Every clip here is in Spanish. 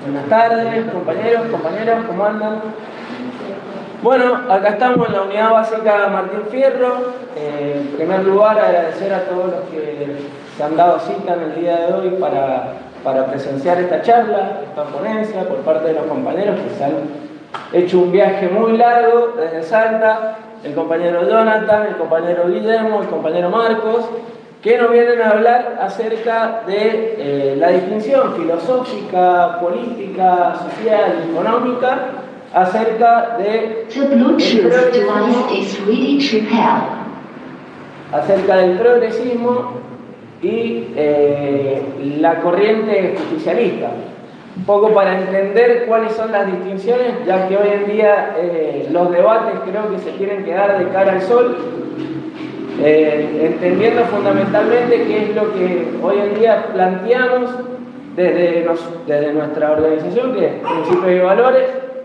Buenas tardes, compañeros, compañeras, ¿cómo andan? Bueno, acá estamos en la unidad básica Martín Fierro. En primer lugar, agradecer a todos los que se han dado cita en el día de hoy para presenciar esta charla, esta ponencia, por parte de los compañeros que se han hecho un viaje muy largo desde Salta, el compañero Jonathan, el compañero Guillermo, el compañero Marcos, que nos vienen a hablar acerca de la distinción filosófica, política, social y económica acerca del progresismo y la corriente justicialista. Un poco para entender cuáles son las distinciones, ya que hoy en día los debates creo que se quieren quedar de cara al sol, entendiendo fundamentalmente qué es lo que hoy en día planteamos desde nuestra organización, que es Principios y Valores,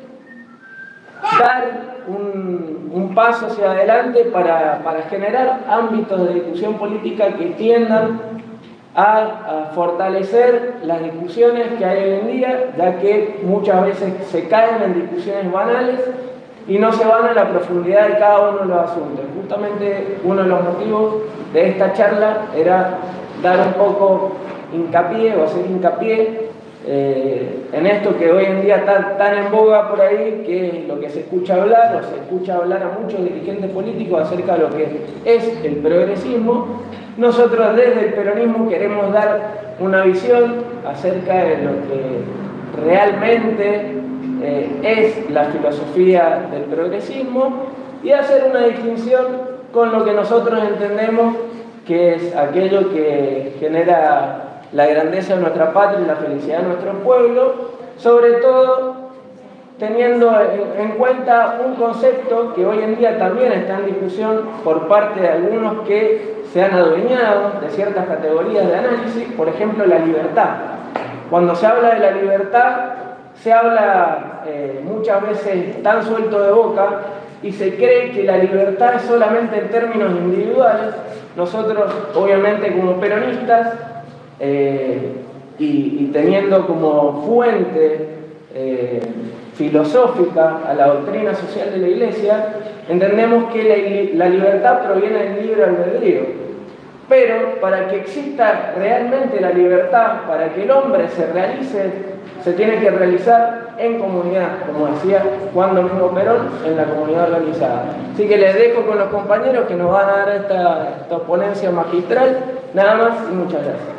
dar un paso hacia adelante para generar ámbitos de discusión política que tiendan a fortalecer las discusiones que hay hoy en día, ya que muchas veces se caen en discusiones banales y no se van a la profundidad de cada uno de los asuntos. Justamente uno de los motivos de esta charla era dar un poco hincapié o hacer hincapié en esto que hoy en día está tan en boga por ahí, que es lo que se escucha hablar, o se escucha hablar a muchos dirigentes políticos acerca de lo que es el progresismo. Nosotros desde el peronismo queremos dar una visión acerca de lo que realmente es la filosofía del progresismo y hacer una distinción con lo que nosotros entendemos que es aquello que genera la grandeza de nuestra patria y la felicidad de nuestro pueblo, sobre todo teniendo en cuenta un concepto que hoy en día también está en discusión por parte de algunos que se han adueñado de ciertas categorías de análisis, por ejemplo la libertad. Cuando se habla de la libertad, se habla muchas veces tan suelto de boca y se cree que la libertad es solamente en términos individuales. Nosotros, obviamente, como peronistas, y teniendo como fuente filosófica a la doctrina social de la Iglesia, entendemos que la libertad proviene del libre albedrío. Pero para que exista realmente la libertad, para que el hombre se realice, se tiene que realizar en comunidad, como decía Juan Domingo Perón, en la comunidad organizada. Así que les dejo con los compañeros que nos van a dar esta ponencia magistral. Nada más y muchas gracias.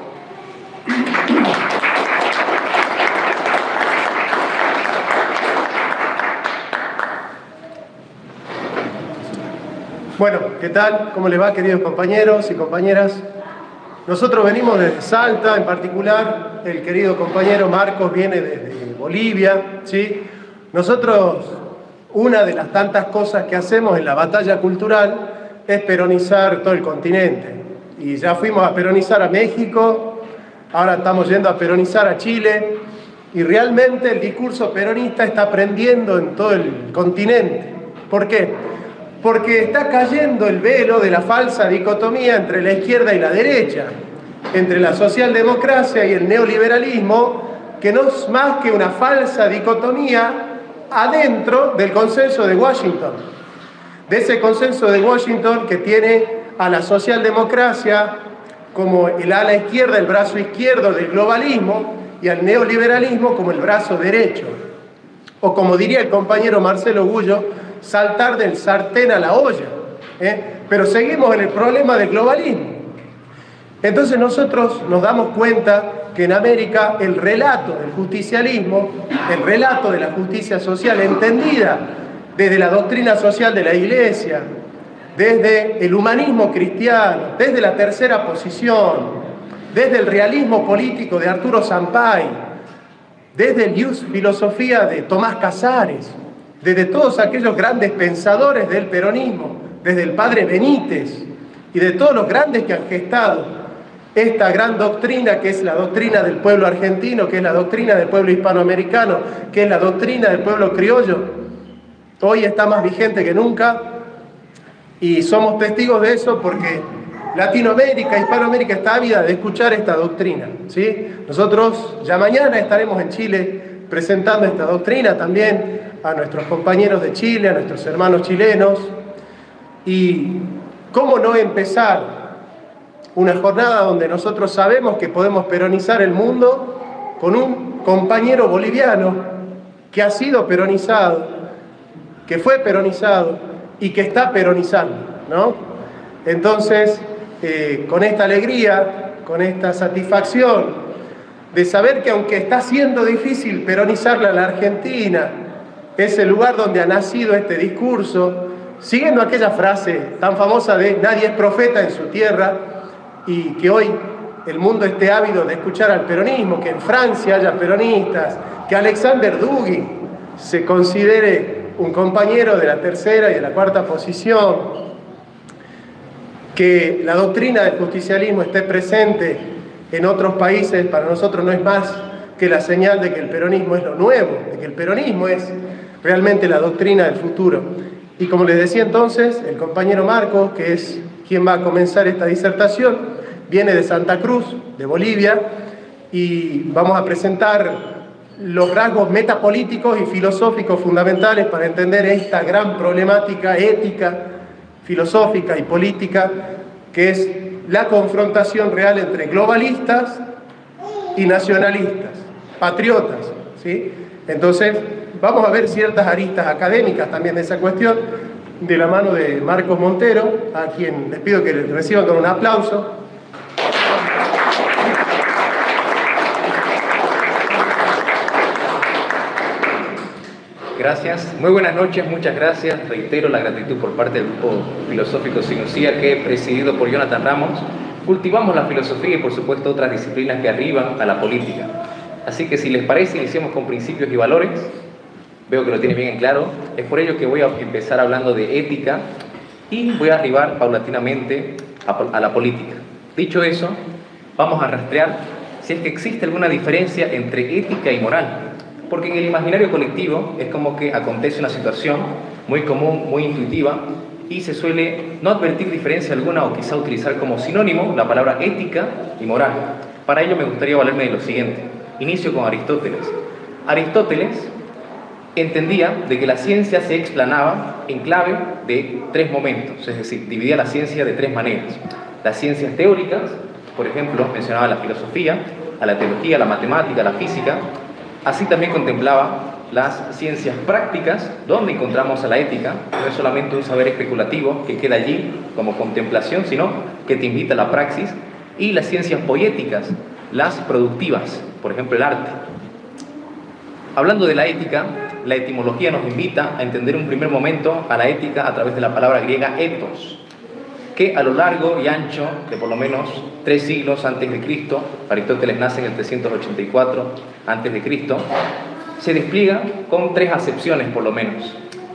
Bueno, ¿qué tal? ¿Cómo les va, queridos compañeros y compañeras? Nosotros venimos desde Salta, en particular el querido compañero Marcos viene desde Bolivia, ¿sí? Nosotros, una de las tantas cosas que hacemos en la batalla cultural es peronizar todo el continente. Y ya fuimos a peronizar a México, ahora estamos yendo a peronizar a Chile, y realmente el discurso peronista está prendiendo en todo el continente. ¿Por qué? Porque está cayendo el velo de la falsa dicotomía entre la izquierda y la derecha, entre la socialdemocracia y el neoliberalismo, que no es más que una falsa dicotomía adentro del consenso de Washington. De ese consenso de Washington que tiene a la socialdemocracia como el ala izquierda, el brazo izquierdo del globalismo, y al neoliberalismo como el brazo derecho. O como diría el compañero Marcelo Gullo, saltar del sartén a la olla. Pero seguimos en el problema del globalismo. Entonces nosotros nos damos cuenta que en América el relato del justicialismo, el relato de la justicia social entendida desde la doctrina social de la Iglesia, desde el humanismo cristiano, desde la tercera posición, desde el realismo político de Arturo Sampay, desde el Ius Filosofía de Tomás Casares, desde todos aquellos grandes pensadores del peronismo, desde el padre Benítez y de todos los grandes que han gestado esta gran doctrina que es la doctrina del pueblo argentino, que es la doctrina del pueblo hispanoamericano, que es la doctrina del pueblo criollo, hoy está más vigente que nunca y somos testigos de eso porque Latinoamérica, Hispanoamérica está ávida de escuchar esta doctrina, ¿sí? Nosotros ya mañana estaremos en Chile presentando esta doctrina también a nuestros compañeros de Chile, a nuestros hermanos chilenos. Y cómo no empezar una jornada donde nosotros sabemos que podemos peronizar el mundo con un compañero boliviano que ha sido peronizado, que fue peronizado y que está peronizando, ¿no? Entonces, con esta alegría, con esta satisfacción de saber que aunque está siendo difícil peronizarla en la Argentina, es el lugar donde ha nacido este discurso, siguiendo aquella frase tan famosa de nadie es profeta en su tierra, y que hoy el mundo esté ávido de escuchar al peronismo, que en Francia haya peronistas, que Alexander Dugin se considere un compañero de la tercera y de la cuarta posición, que la doctrina del justicialismo esté presente en otros países, para nosotros no es más que la señal de que el peronismo es lo nuevo, de que el peronismo es realmente la doctrina del futuro. Y como les decía entonces, el compañero Marcos, que es quien va a comenzar esta disertación, viene de Santa Cruz, de Bolivia, y vamos a presentar los rasgos metapolíticos y filosóficos fundamentales para entender esta gran problemática ética, filosófica y política, que es la confrontación real entre globalistas y nacionalistas, patriotas, ¿sí? Entonces, vamos a ver ciertas aristas académicas también de esa cuestión, de la mano de Marcos Montero, a quien les pido que reciban con un aplauso. Gracias, muy buenas noches, muchas gracias. Reitero la gratitud por parte del Grupo Filosófico Sin Usía, que presidido por Jonathan Ramos, cultivamos la filosofía y por supuesto otras disciplinas que arriban a la política. Así que si les parece, iniciemos con principios y valores. Veo que lo tienen bien en claro. Es por ello que voy a empezar hablando de ética y voy a arribar paulatinamente a la política. Dicho eso, vamos a rastrear si es que existe alguna diferencia entre ética y moral. Porque en el imaginario colectivo es como que acontece una situación muy común, muy intuitiva, y se suele no advertir diferencia alguna o quizá utilizar como sinónimo la palabra ética y moral. Para ello me gustaría valerme de lo siguiente. Inicio con Aristóteles. Aristóteles entendía de que la ciencia se explanaba en clave de tres momentos, es decir, dividía la ciencia de tres maneras. Las ciencias teóricas, por ejemplo, mencionaba la filosofía, a la teología, la matemática, la física. Así también contemplaba las ciencias prácticas, donde encontramos a la ética. No es solamente un saber especulativo que queda allí como contemplación, sino que te invita a la praxis. Y las ciencias poéticas, las productivas, por ejemplo el arte. Hablando de la ética, la etimología nos invita a entender un primer momento a la ética a través de la palabra griega ethos, que a lo largo y ancho de por lo menos 3 siglos antes de Cristo, Aristóteles nace en el 384 antes de Cristo, se despliega con 3 acepciones por lo menos.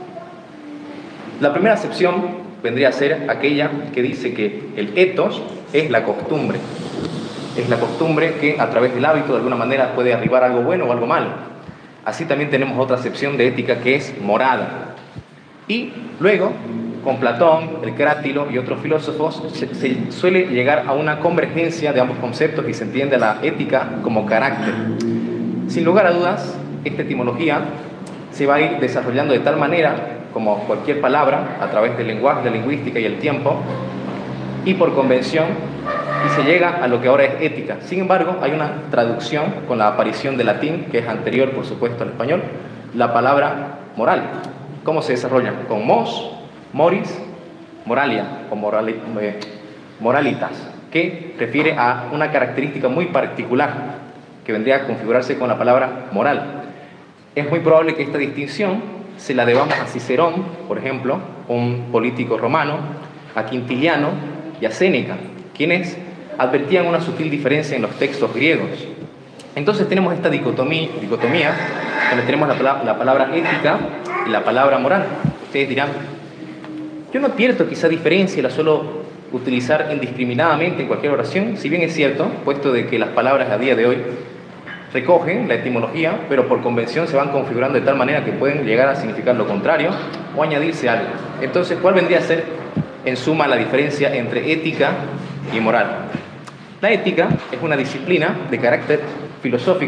La primera acepción vendría a ser aquella que dice que el ethos es la costumbre. Es la costumbre que a través del hábito de alguna manera puede arribar algo bueno o algo malo. Así también tenemos otra acepción de ética que es morada. Y luego, con Platón, el Crátilo y otros filósofos, se suele llegar a una convergencia de ambos conceptos y se entiende la ética como carácter. Sin lugar a dudas, esta etimología se va a ir desarrollando de tal manera, como cualquier palabra, a través del lenguaje, la lingüística y el tiempo, y por convención, y se llega a lo que ahora es ética. Sin embargo, hay una traducción con la aparición del latín, que es anterior, por supuesto, al español, la palabra moral. ¿Cómo se desarrolla? Con mos, moris, moralia o moralitas, que refiere a una característica muy particular que vendría a configurarse con la palabra moral. Es muy probable que esta distinción se la debamos a Cicerón, por ejemplo, un político romano, a Quintiliano y a Séneca, quienes advertían una sutil diferencia en los textos griegos. Entonces tenemos esta dicotomía donde tenemos la palabra ética y la palabra moral. Ustedes dirán, yo no advierto quizá diferencia, la suelo utilizar indiscriminadamente en cualquier oración, si bien es cierto, puesto de que las palabras a día de hoy recogen la etimología, pero por convención se van configurando de tal manera que pueden llegar a significar lo contrario o añadirse algo. Entonces, ¿cuál vendría a ser en suma la diferencia entre ética y moral? La ética es una disciplina de carácter filosófico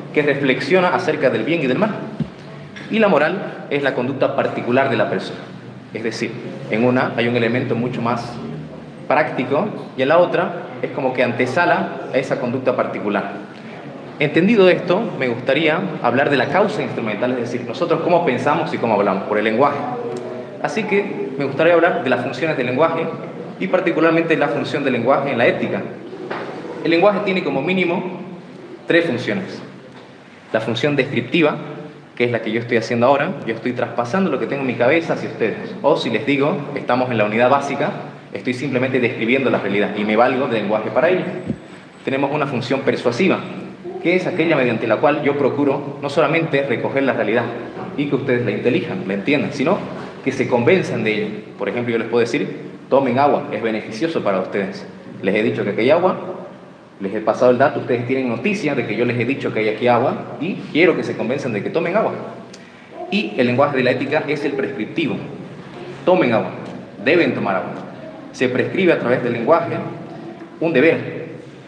que reflexiona acerca del bien y del mal. Y la moral es la conducta particular de la persona. Es decir, en una hay un elemento mucho más práctico y en la otra es como que antesala a esa conducta particular. Entendido esto, me gustaría hablar de la causa instrumental, es decir, nosotros cómo pensamos y cómo hablamos, por el lenguaje. Así que me gustaría hablar de las funciones del lenguaje y particularmente la función del lenguaje en la ética. El lenguaje tiene como mínimo 3 funciones. La función descriptiva, que es la que yo estoy haciendo ahora. Yo estoy traspasando lo que tengo en mi cabeza hacia ustedes. O si les digo, estamos en la unidad básica, estoy simplemente describiendo la realidad y me valgo del lenguaje para ello. Tenemos una función persuasiva, que es aquella mediante la cual yo procuro no solamente recoger la realidad y que ustedes la intelijan, la entiendan, sino que se convenzan de ella. Por ejemplo, yo les puedo decir, tomen agua, es beneficioso para ustedes. Les he dicho que aquí hay agua, les he pasado el dato, ustedes tienen noticia de que yo les he dicho que hay aquí agua y quiero que se convenzan de que tomen agua. Y el lenguaje de la ética es el prescriptivo. Tomen agua, deben tomar agua. Se prescribe a través del lenguaje un deber.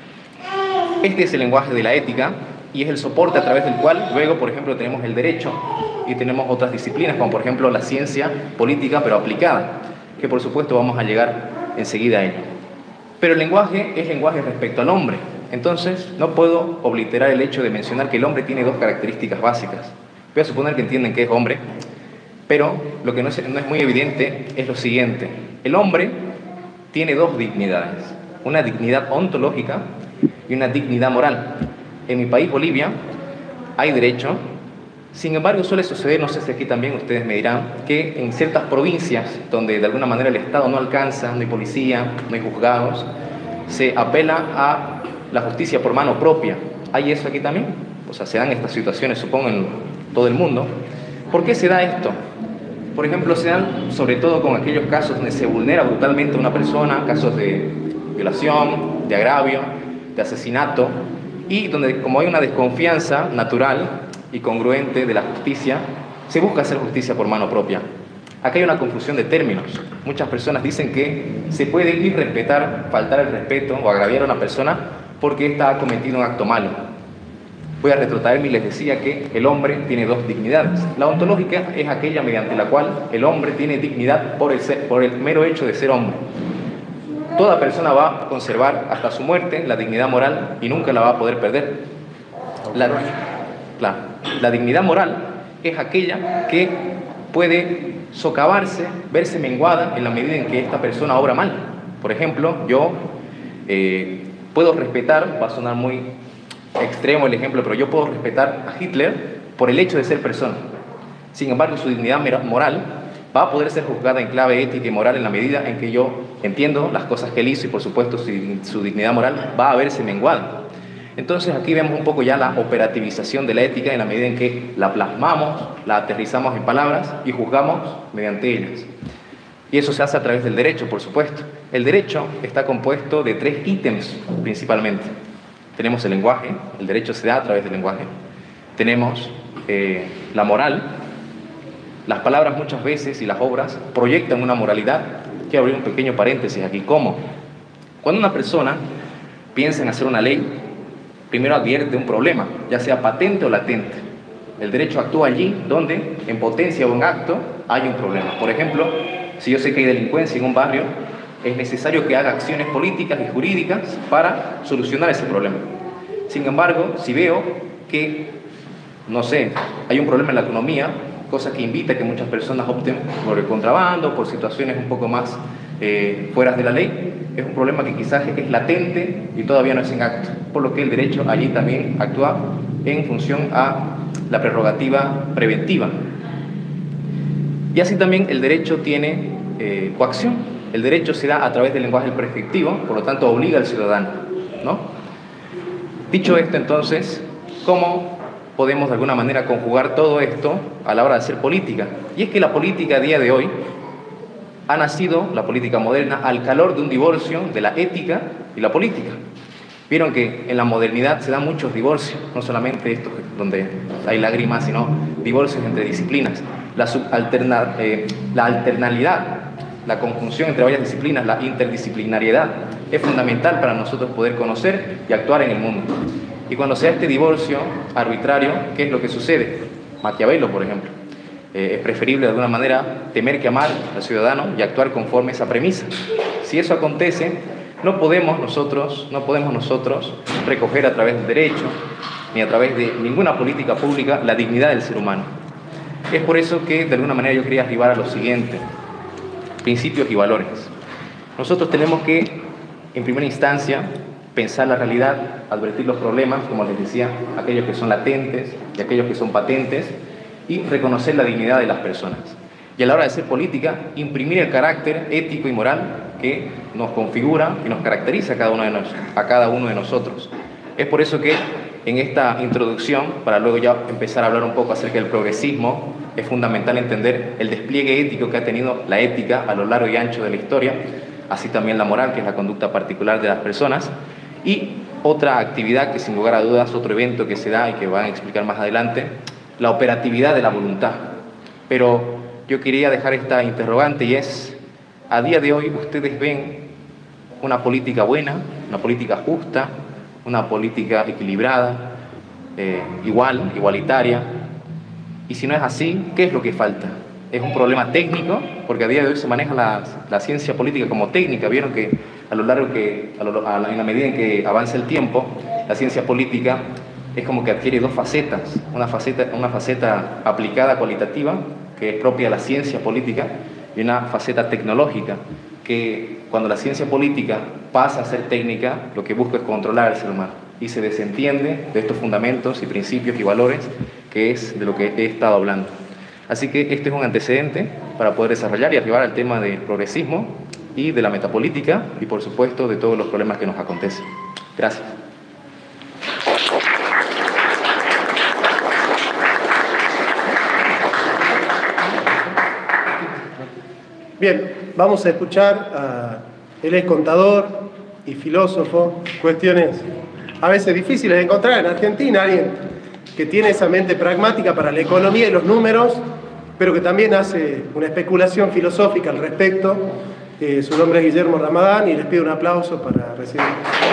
Este es el lenguaje de la ética y es el soporte a través del cual luego, por ejemplo, tenemos el derecho y tenemos otras disciplinas, como por ejemplo la ciencia política, pero aplicada, que por supuesto vamos a llegar enseguida a ello. Pero el lenguaje es lenguaje respecto al hombre. Entonces, no puedo obliterar el hecho de mencionar que el hombre tiene 2 características básicas. Voy a suponer que entienden que es hombre, pero lo que no es muy evidente es lo siguiente. El hombre tiene 2 dignidades, una dignidad ontológica y una dignidad moral. En mi país, Bolivia, hay derecho. Sin embargo, suele suceder, no sé si aquí también ustedes me dirán, que en ciertas provincias donde de alguna manera el Estado no alcanza, no hay policía, no hay juzgados, se apela a la justicia por mano propia. ¿Hay eso aquí también? O sea, se dan estas situaciones, supongo, en todo el mundo. ¿Por qué se da esto? Por ejemplo, se dan sobre todo con aquellos casos donde se vulnera brutalmente a una persona, casos de violación, de agravio, de asesinato, y donde como hay una desconfianza natural y congruente de la justicia, se busca hacer justicia por mano propia. Acá hay una confusión de términos. Muchas personas dicen que se puede irrespetar, faltar el respeto o agraviar a una persona porque ésta ha cometido un acto malo. Voy a retrotraerme y les decía que el hombre tiene 2 dignidades. La ontológica es aquella mediante la cual el hombre tiene dignidad por el mero hecho de ser hombre. Toda persona va a conservar hasta su muerte la dignidad moral y nunca la va a poder perder. La dignidad moral es aquella que puede socavarse, verse menguada en la medida en que esta persona obra mal. Por ejemplo, yo puedo respetar, va a sonar muy extremo el ejemplo, pero yo puedo respetar a Hitler por el hecho de ser persona. Sin embargo, su dignidad moral va a poder ser juzgada en clave ética y moral en la medida en que yo entiendo las cosas que él hizo y por supuesto su dignidad moral va a verse menguada. Entonces aquí vemos un poco ya la operativización de la ética en la medida en que la plasmamos, la aterrizamos en palabras y juzgamos mediante ellas. Y eso se hace a través del derecho, por supuesto. El derecho está compuesto de 3 ítems principalmente. Tenemos el lenguaje, el derecho se da a través del lenguaje. Tenemos la moral. Las palabras muchas veces y las obras proyectan una moralidad. Quiero abrir un pequeño paréntesis aquí. ¿Cómo? Cuando una persona piensa en hacer una ley, primero advierte un problema, ya sea patente o latente. El derecho actúa allí donde, en potencia o en acto, hay un problema. Por ejemplo, si yo sé que hay delincuencia en un barrio, es necesario que haga acciones políticas y jurídicas para solucionar ese problema. Sin embargo, si veo que, no sé, hay un problema en la economía, cosa que invita a que muchas personas opten por el contrabando, por situaciones un poco más fuera de la ley, es un problema que quizás es latente y todavía no es en acto, por lo que el derecho allí también actúa en función a la prerrogativa preventiva. Y así también el derecho tiene coacción. El derecho se da a través del lenguaje prescriptivo, por lo tanto obliga al ciudadano, ¿no? Dicho esto, entonces, ¿cómo podemos de alguna manera conjugar todo esto a la hora de hacer política? Y es que la política a día de hoy ha nacido, la política moderna, al calor de un divorcio de la ética y la política. Vieron que en la modernidad se dan muchos divorcios, no solamente estos donde hay lágrimas, sino divorcios entre disciplinas. La alternalidad, la conjunción entre varias disciplinas, la interdisciplinariedad, es fundamental para nosotros poder conocer y actuar en el mundo. Y cuando se da este divorcio arbitrario, ¿qué es lo que sucede? Maquiavelo, por ejemplo. Es preferible de alguna manera temer que amar al ciudadano y actuar conforme a esa premisa. Si eso acontece, no podemos nosotros recoger a través del derecho, ni a través de ninguna política pública, la dignidad del ser humano. Es por eso que de alguna manera yo quería arribar a lo siguiente: principios y valores. Nosotros tenemos que, en primera instancia, pensar la realidad, advertir los problemas, como les decía, aquellos que son latentes y aquellos que son patentes, y reconocer la dignidad de las personas. Y a la hora de hacer política, imprimir el carácter ético y moral que nos configura y nos caracteriza a cada uno de nosotros. Es por eso que en esta introducción, para luego ya empezar a hablar un poco acerca del progresismo, es fundamental entender el despliegue ético que ha tenido la ética a lo largo y ancho de la historia, así también la moral, que es la conducta particular de las personas, y otra actividad que sin lugar a dudas, otro evento que se da y que van a explicar más adelante, la operatividad de la voluntad. Pero yo quería dejar esta interrogante, y es: a día de hoy, ¿ustedes ven una política buena, una política justa, una política equilibrada, igualitaria? Y si no es así, ¿qué es lo que falta? ¿Es un problema técnico? Porque a día de hoy se maneja la ciencia política como técnica. Vieron que en la medida en que avanza el tiempo, la ciencia política es como que adquiere dos facetas: una faceta aplicada cualitativa, que es propia de la ciencia política, y una faceta tecnológica, que cuando la ciencia política pasa a ser técnica, lo que busca es controlar al ser humano y se desentiende de estos fundamentos y principios y valores, que es de lo que he estado hablando. Así que este es un antecedente para poder desarrollar y arribar al tema del progresismo y de la metapolítica y, por supuesto, de todos los problemas que nos acontecen. Gracias. Bien, vamos a escuchar a él es contador y filósofo, cuestiones a veces difíciles de encontrar en Argentina, alguien que tiene esa mente pragmática para la economía y los números, pero que también hace una especulación filosófica al respecto. Su nombre es Guillermo Ramadán y les pido un aplauso para recibirlo.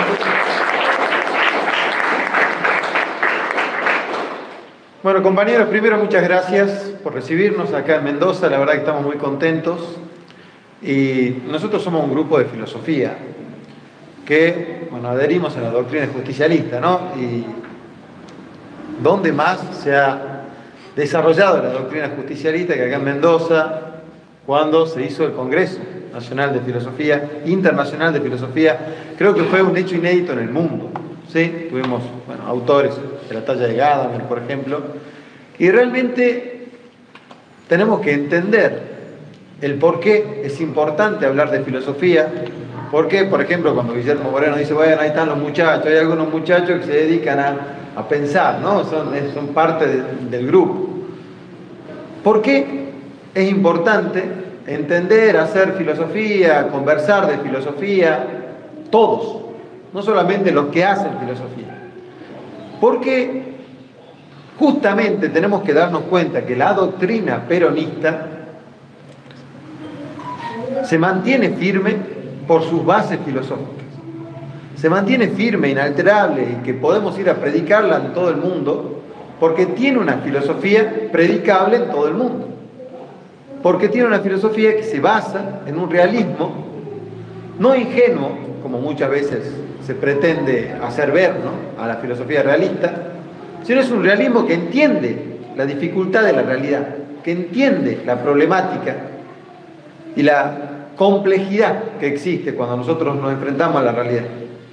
Bueno, compañeros, primero muchas gracias por recibirnos acá en Mendoza. La verdad que estamos muy contentos. Y nosotros somos un grupo de filosofía que, bueno, adherimos a la doctrina justicialista, ¿no? Y ¿dónde más se ha desarrollado la doctrina justicialista que acá en Mendoza, cuando se hizo el Congreso Nacional de Filosofía, Internacional de Filosofía? Creo que fue un hecho inédito en el mundo, ¿sí? Tuvimos, bueno, autores de la talla de Gadamer, por ejemplo, y realmente tenemos que entender el por qué es importante hablar de filosofía. ¿Por qué? Por ejemplo, cuando Guillermo Moreno dice, bueno, ahí están los muchachos, hay algunos muchachos que se dedican a pensar, ¿no? Son parte del grupo. ¿Por qué es importante entender, hacer filosofía, conversar de filosofía? Todos, no solamente los que hacen filosofía. Porque justamente tenemos que darnos cuenta que la doctrina peronista se mantiene firme por sus bases filosóficas. Se mantiene firme, inalterable, y que podemos ir a predicarla en todo el mundo, porque tiene una filosofía predicable en todo el mundo. Porque tiene una filosofía que se basa en un realismo no ingenuo, como muchas veces se pretende hacer ver, ¿no?, a la filosofía realista, sino es un realismo que entiende la dificultad de la realidad, que entiende la problemática y la complejidad que existe cuando nosotros nos enfrentamos a la realidad.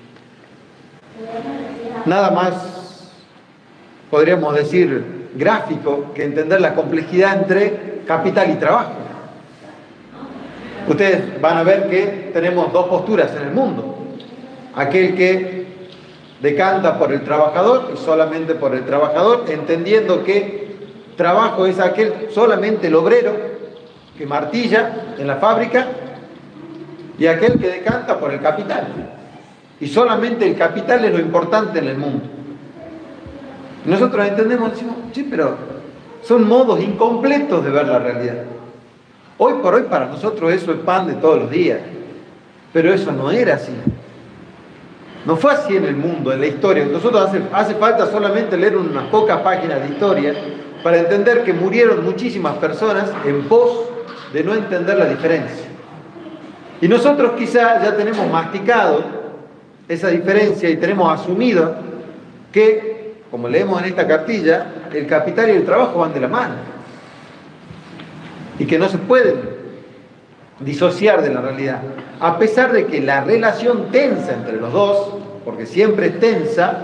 Nada más podríamos decir gráfico que entender la complejidad entre capital y trabajo. Ustedes van a ver que tenemos dos posturas en el mundo: aquel que decanta por el trabajador y solamente por el trabajador, entendiendo que trabajo es aquel solamente el obrero que martilla en la fábrica, y aquel que decanta por el capital, y solamente el capital es lo importante en el mundo. Nosotros entendemos, decimos, sí, pero son modos incompletos de ver la realidad. Hoy por hoy para nosotros eso es pan de todos los días, pero eso no era así. No fue así en el mundo, en la historia. Nosotros hace falta solamente leer unas pocas páginas de historia para entender que murieron muchísimas personas en pos de no entender la diferencia. Y nosotros quizá ya tenemos masticado esa diferencia y tenemos asumido que, como leemos en esta cartilla, el capital y el trabajo van de la mano. Y que no se pueden disociar de la realidad. A pesar de que la relación tensa entre los dos, porque siempre es tensa,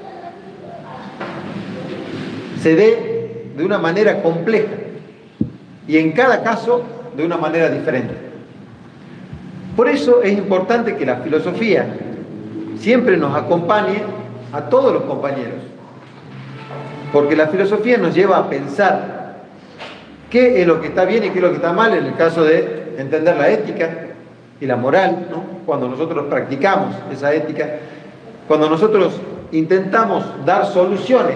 se dé de una manera compleja y en cada caso de una manera diferente. Por eso es importante que la filosofía siempre nos acompañe a todos los compañeros, porque la filosofía nos lleva a pensar qué es lo que está bien y qué es lo que está mal en el caso de entender la ética y la moral, ¿no? Cuando nosotros practicamos esa ética, cuando nosotros intentamos dar soluciones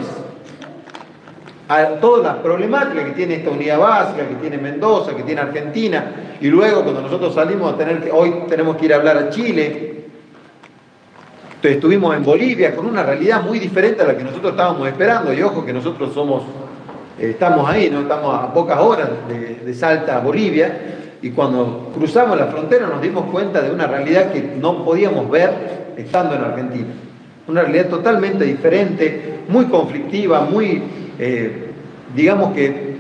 a todas las problemáticas que tiene esta unidad básica, que tiene Mendoza, que tiene Argentina, y luego cuando nosotros salimos a hoy tenemos que ir a hablar a Chile, entonces estuvimos en Bolivia con una realidad muy diferente a la que nosotros estábamos esperando, y ojo que nosotros estamos ahí, ¿no? Estamos a pocas horas de Salta a Bolivia, y cuando cruzamos la frontera nos dimos cuenta de una realidad que no podíamos ver estando en Argentina. Una realidad totalmente diferente, muy conflictiva, muy, digamos que,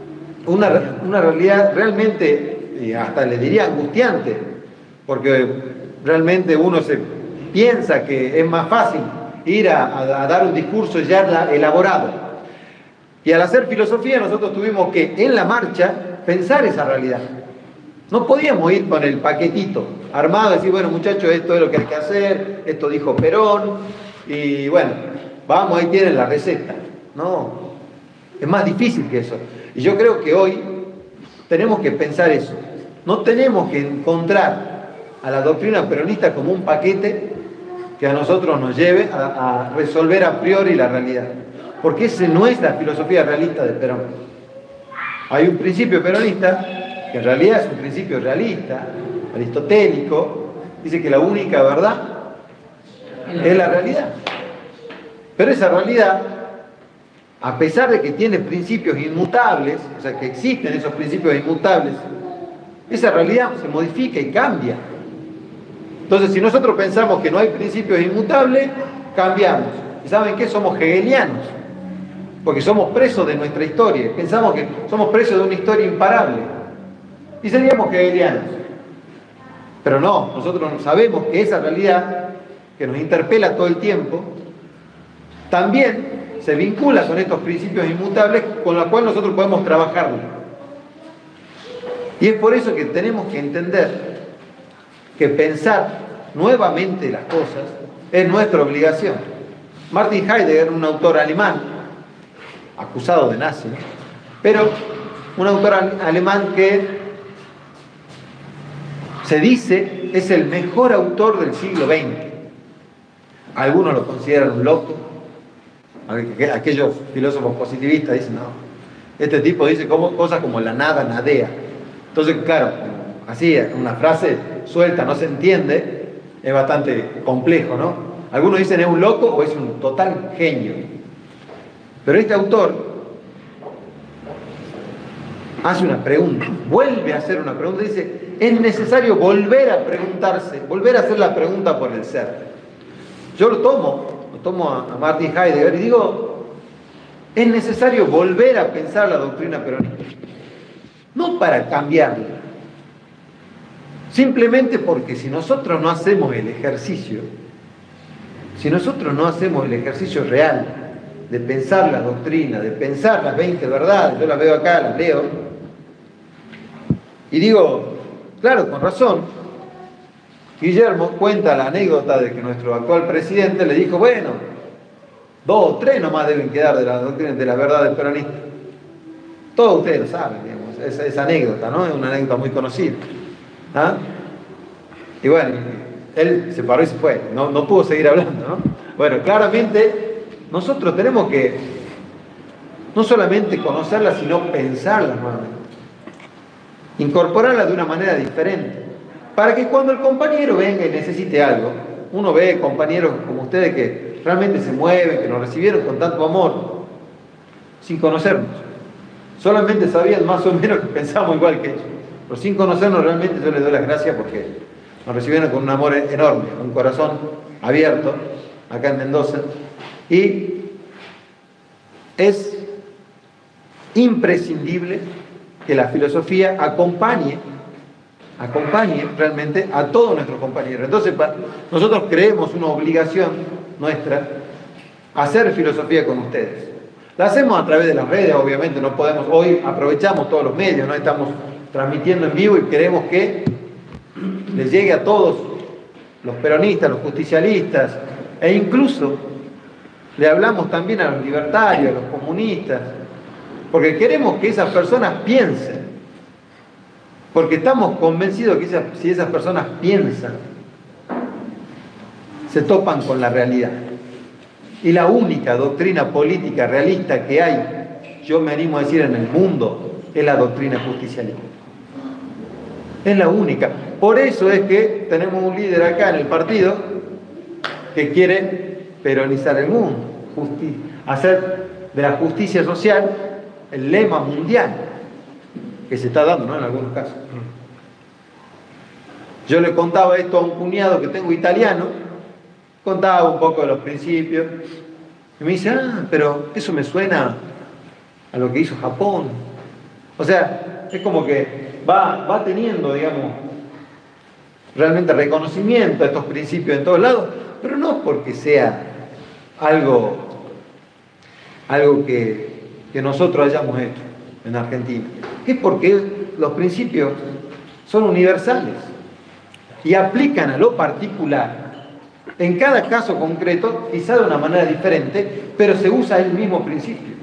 una realidad realmente, hasta le diría angustiante, porque realmente uno se piensa que es más fácil ir a dar un discurso ya elaborado. Y al hacer filosofía nosotros tuvimos que, en la marcha, pensar esa realidad. No podíamos ir con el paquetito armado y decir, bueno muchachos, esto es lo que hay que hacer, esto dijo Perón, y bueno, vamos, ahí tienen la receta. No, es más difícil que eso. Y yo creo que hoy tenemos que pensar eso. No tenemos que encontrar a la doctrina peronista como un paquete que a nosotros nos lleve a resolver a priori la realidad. Porque esa no es la filosofía realista de Perón. Hay un principio peronista que en realidad es un principio realista, aristotélico, dice que la única verdad es la realidad. Pero esa realidad, a pesar de que tiene principios inmutables, o sea que existen esos principios inmutables, esa realidad se modifica y cambia. Entonces, si nosotros pensamos que no hay principios inmutables, cambiamos. ¿Y saben qué? Somos hegelianos, porque somos presos de nuestra historia. Pensamos que somos presos de una historia imparable. Y seríamos hegelianos. Pero no, nosotros sabemos que esa realidad que nos interpela todo el tiempo, también se vincula con estos principios inmutables con los cuales nosotros podemos trabajarlo. Y es por eso que tenemos que entender que pensar nuevamente las cosas es nuestra obligación. Martin Heidegger, un autor alemán, acusado de nazi, ¿no? Pero un autor alemán que se dice es el mejor autor del siglo XX. Algunos lo consideran un loco. Aquellos filósofos positivistas dicen, no, este tipo dice cosas como la nada nadea. Entonces, claro, así, una frase suelta, no se entiende, es bastante complejo, ¿no? Algunos dicen es un loco o es un total genio. Pero este autor hace una pregunta, vuelve a hacer una pregunta, dice, es necesario volver a preguntarse, volver a hacer la pregunta por el ser. Yo lo tomo a Martin Heidegger y digo, es necesario volver a pensar la doctrina peronista. No para cambiarla, simplemente porque si nosotros no hacemos el ejercicio, si nosotros no hacemos el ejercicio real de pensar la doctrina, de pensar las 20 verdades, yo las veo acá, las leo, y digo, claro, con razón, Guillermo cuenta la anécdota de que nuestro actual presidente le dijo, bueno, 2 o 3 nomás deben quedar de la doctrina, de las verdades peronistas. Todos ustedes lo saben, digamos, esa anécdota, ¿no? Es una anécdota muy conocida. ¿Ah? Y bueno, él se paró y se fue, no pudo seguir hablando, ¿no? Bueno, claramente nosotros tenemos que no solamente conocerla, sino pensarla nuevamente. Incorporarla de una manera diferente. Para que cuando el compañero venga y necesite algo, uno ve compañeros como ustedes que realmente se mueven, que nos recibieron con tanto amor, sin conocernos. Solamente sabían más o menos que pensamos igual que ellos. Pero sin conocernos realmente yo les doy las gracias porque nos recibieron con un amor enorme, un corazón abierto acá en Mendoza. Y es imprescindible que la filosofía acompañe realmente a todos nuestros compañeros. Entonces, nosotros creemos una obligación nuestra hacer filosofía con ustedes. La hacemos a través de las redes, obviamente, no podemos, hoy aprovechamos todos los medios, ¿no? Estamos transmitiendo en vivo y queremos que les llegue a todos los peronistas, los justicialistas, e incluso le hablamos también a los libertarios, a los comunistas, porque queremos que esas personas piensen, porque estamos convencidos que si esas personas piensan, se topan con la realidad. Y la única doctrina política realista que hay, yo me animo a decir en el mundo, es la doctrina justicialista. Es la única. Por eso es que tenemos un líder acá en el partido que quiere peronizar el mundo, hacer de la justicia social el lema mundial que se está dando, ¿no? En algunos casos. Yo le contaba esto a un cuñado que tengo italiano, contaba un poco de los principios, y me dice, pero eso me suena a lo que hizo Japón. O sea, es como que va teniendo, digamos, realmente reconocimiento a estos principios en todos lados, pero no porque sea algo que nosotros hayamos hecho en Argentina, es porque los principios son universales y aplican a lo particular en cada caso concreto, quizá de una manera diferente, pero se usa el mismo principio.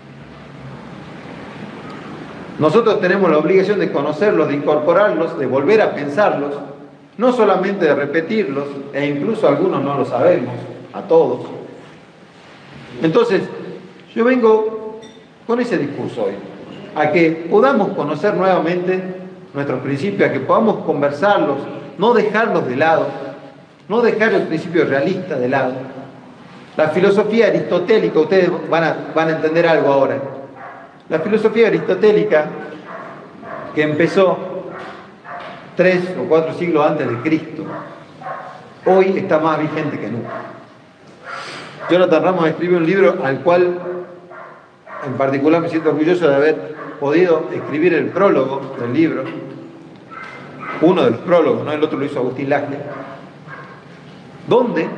Nosotros tenemos la obligación de conocerlos, de incorporarlos, de volver a pensarlos, no solamente de repetirlos, e incluso algunos no lo sabemos, a todos. Entonces, yo vengo con ese discurso hoy, a que podamos conocer nuevamente nuestros principios, a que podamos conversarlos, no dejarlos de lado, no dejar el principio realista de lado. La filosofía aristotélica, ustedes van a entender algo ahora. La filosofía aristotélica, que empezó 3 o 4 siglos antes de Cristo, hoy está más vigente que nunca. Jonathan Ramos escribió un libro al cual, en particular, me siento orgulloso de haber podido escribir el prólogo del libro, uno de los prólogos, ¿no? El otro lo hizo Agustín Laje, donde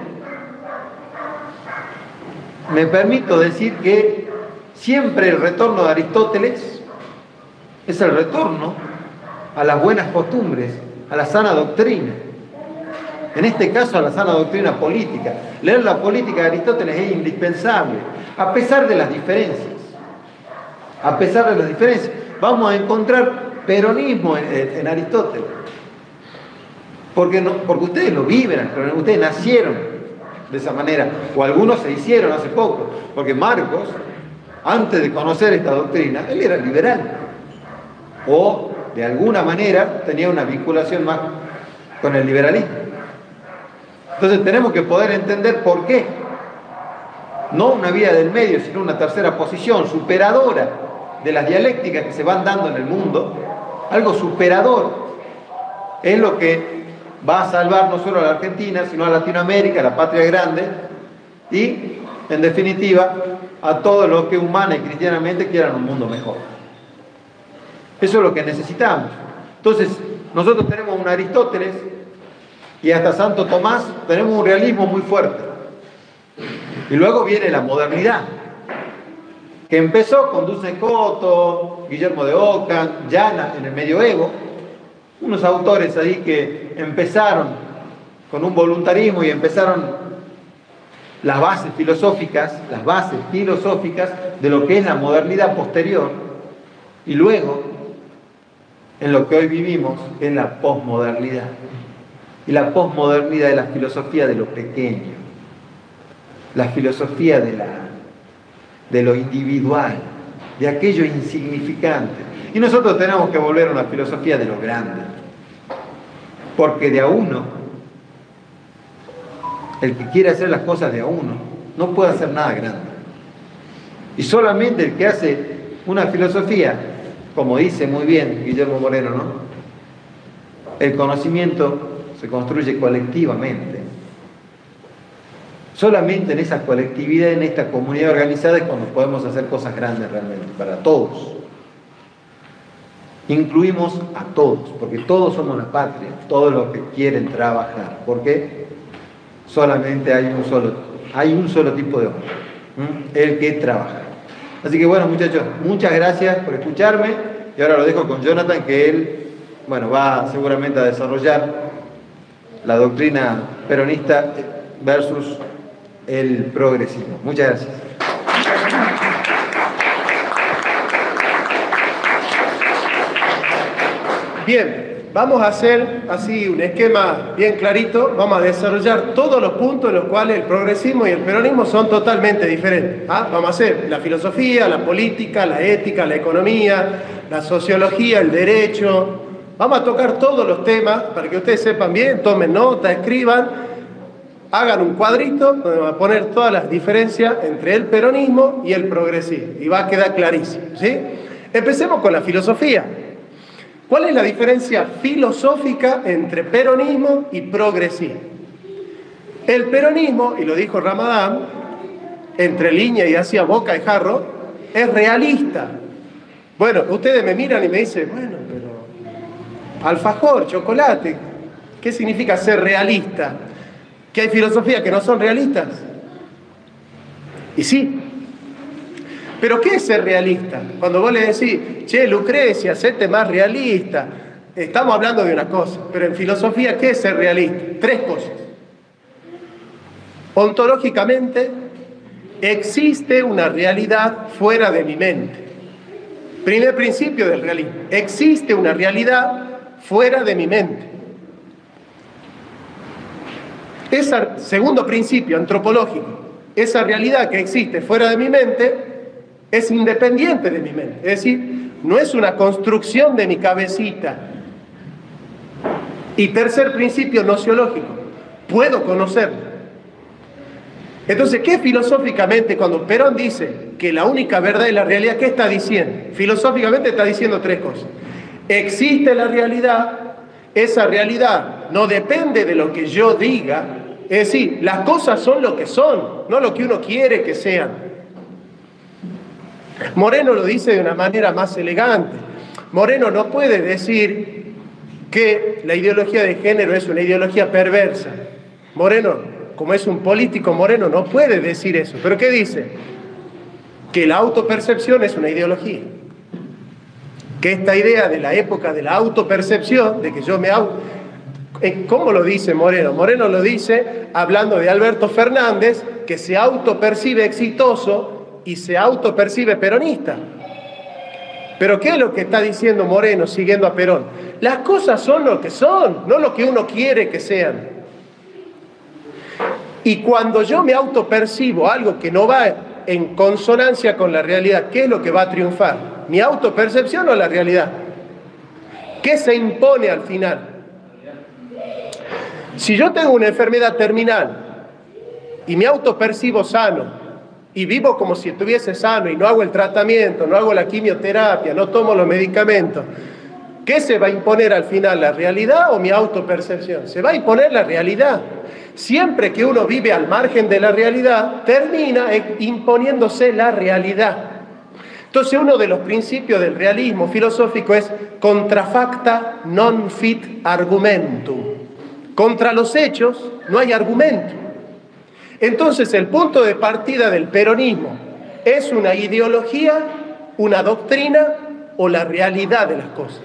me permito decir que siempre el retorno de Aristóteles es el retorno a las buenas costumbres, a la sana doctrina. En este caso, a la sana doctrina política. Leer la política de Aristóteles es indispensable, a pesar de las diferencias. A pesar de las diferencias, vamos a encontrar peronismo en Aristóteles. Porque ustedes lo viven, ustedes nacieron de esa manera, o algunos se hicieron hace poco, porque Marcos, antes de conocer esta doctrina, él era liberal, o de alguna manera tenía una vinculación más con el liberalismo. Entonces tenemos que poder entender por qué, no una vía del medio, sino una tercera posición superadora de las dialécticas que se van dando en el mundo, algo superador, es lo que va a salvar no solo a la Argentina, sino a Latinoamérica, a la patria grande, y, en definitiva, a todos los que humana y cristianamente quieran un mundo mejor. Eso es lo que necesitamos. Entonces, nosotros tenemos un Aristóteles, y hasta Santo Tomás tenemos un realismo muy fuerte. Y luego viene la modernidad, que empezó con Duce Coto, Guillermo de Ockham, Llana en el medioevo, unos autores ahí que empezaron con un voluntarismo y empezaron las bases filosóficas de lo que es la modernidad posterior, y luego en lo que hoy vivimos, que es la posmodernidad. Y la posmodernidad es la filosofía de lo pequeño, la filosofía de lo individual, de aquello insignificante. Y nosotros tenemos que volver a una filosofía de lo grande, porque de a uno el que quiere hacer las cosas de a uno, no puede hacer nada grande. Y solamente el que hace una filosofía, como dice muy bien Guillermo Moreno, ¿no? El conocimiento se construye colectivamente. Solamente en esa colectividad, en esta comunidad organizada es cuando podemos hacer cosas grandes realmente, para todos. Incluimos a todos, porque todos somos la patria, todos los que quieren trabajar, porque solamente hay un solo tipo de hombre, el que trabaja. Así que bueno, muchachos, muchas gracias por escucharme, y ahora lo dejo con Jonathan, que él, bueno, va seguramente a desarrollar la doctrina peronista versus el progresismo. Muchas gracias. Bien, vamos a hacer así un esquema bien clarito, vamos a desarrollar todos los puntos en los cuales el progresismo y el peronismo son totalmente diferentes. Vamos a hacer la filosofía, la política, la ética, la economía, la sociología, el derecho. Vamos a tocar todos los temas para que ustedes sepan bien, tomen nota, escriban, hagan un cuadrito donde van a poner todas las diferencias entre el peronismo y el progresismo y va a quedar clarísimo, ¿sí? Empecemos con la filosofía. ¿Cuál es la diferencia filosófica entre peronismo y progresismo? El peronismo, y lo dijo Ramadán, entre línea y hacia boca y jarro, es realista. Bueno, ustedes me miran y me dicen, bueno, pero alfajor, chocolate, ¿qué significa ser realista? ¿Que hay filosofías que no son realistas? Y sí. ¿Pero qué es ser realista? Cuando vos le decís, che, Lucrecia, séte más realista, estamos hablando de una cosa, pero en filosofía, ¿qué es ser realista? Tres cosas. Ontológicamente, existe una realidad fuera de mi mente. Primer principio del realismo. Existe una realidad fuera de mi mente. Segundo principio antropológico. Esa realidad que existe fuera de mi mente es independiente de mi mente. Es decir, no es una construcción de mi cabecita. Y tercer principio nociológico. Puedo conocerlo. Entonces, ¿qué filosóficamente cuando Perón dice que la única verdad es la realidad, qué está diciendo? Filosóficamente está diciendo tres cosas. Existe la realidad, esa realidad no depende de lo que yo diga, es decir, las cosas son lo que son, no lo que uno quiere que sean. Moreno lo dice de una manera más elegante. Moreno no puede decir que la ideología de género es una ideología perversa. Moreno, como es un político, Moreno no puede decir eso. ¿Pero qué dice? Que la autopercepción es una ideología. Que esta idea de la época de la autopercepción, de que yo me ¿cómo lo dice Moreno? Moreno lo dice hablando de Alberto Fernández, que se autopercibe exitoso y se autopercibe peronista. ¿Pero qué es lo que está diciendo Moreno siguiendo a Perón? Las cosas son lo que son, no lo que uno quiere que sean. Y cuando yo me autopercibo algo que no va en consonancia con la realidad, ¿qué es lo que va a triunfar? ¿Mi autopercepción o la realidad? ¿Qué se impone al final? Si yo tengo una enfermedad terminal y me autopercibo sano y vivo como si estuviese sano y no hago el tratamiento, no hago la quimioterapia, no tomo los medicamentos, ¿qué se va a imponer al final? ¿La realidad o mi autopercepción? Se va a imponer la realidad. Siempre que uno vive al margen de la realidad, termina imponiéndose la realidad. Entonces, uno de los principios del realismo filosófico es contra facta non fit argumentum. Contra los hechos no hay argumento. Entonces, el punto de partida del peronismo es una ideología, una doctrina o la realidad de las cosas.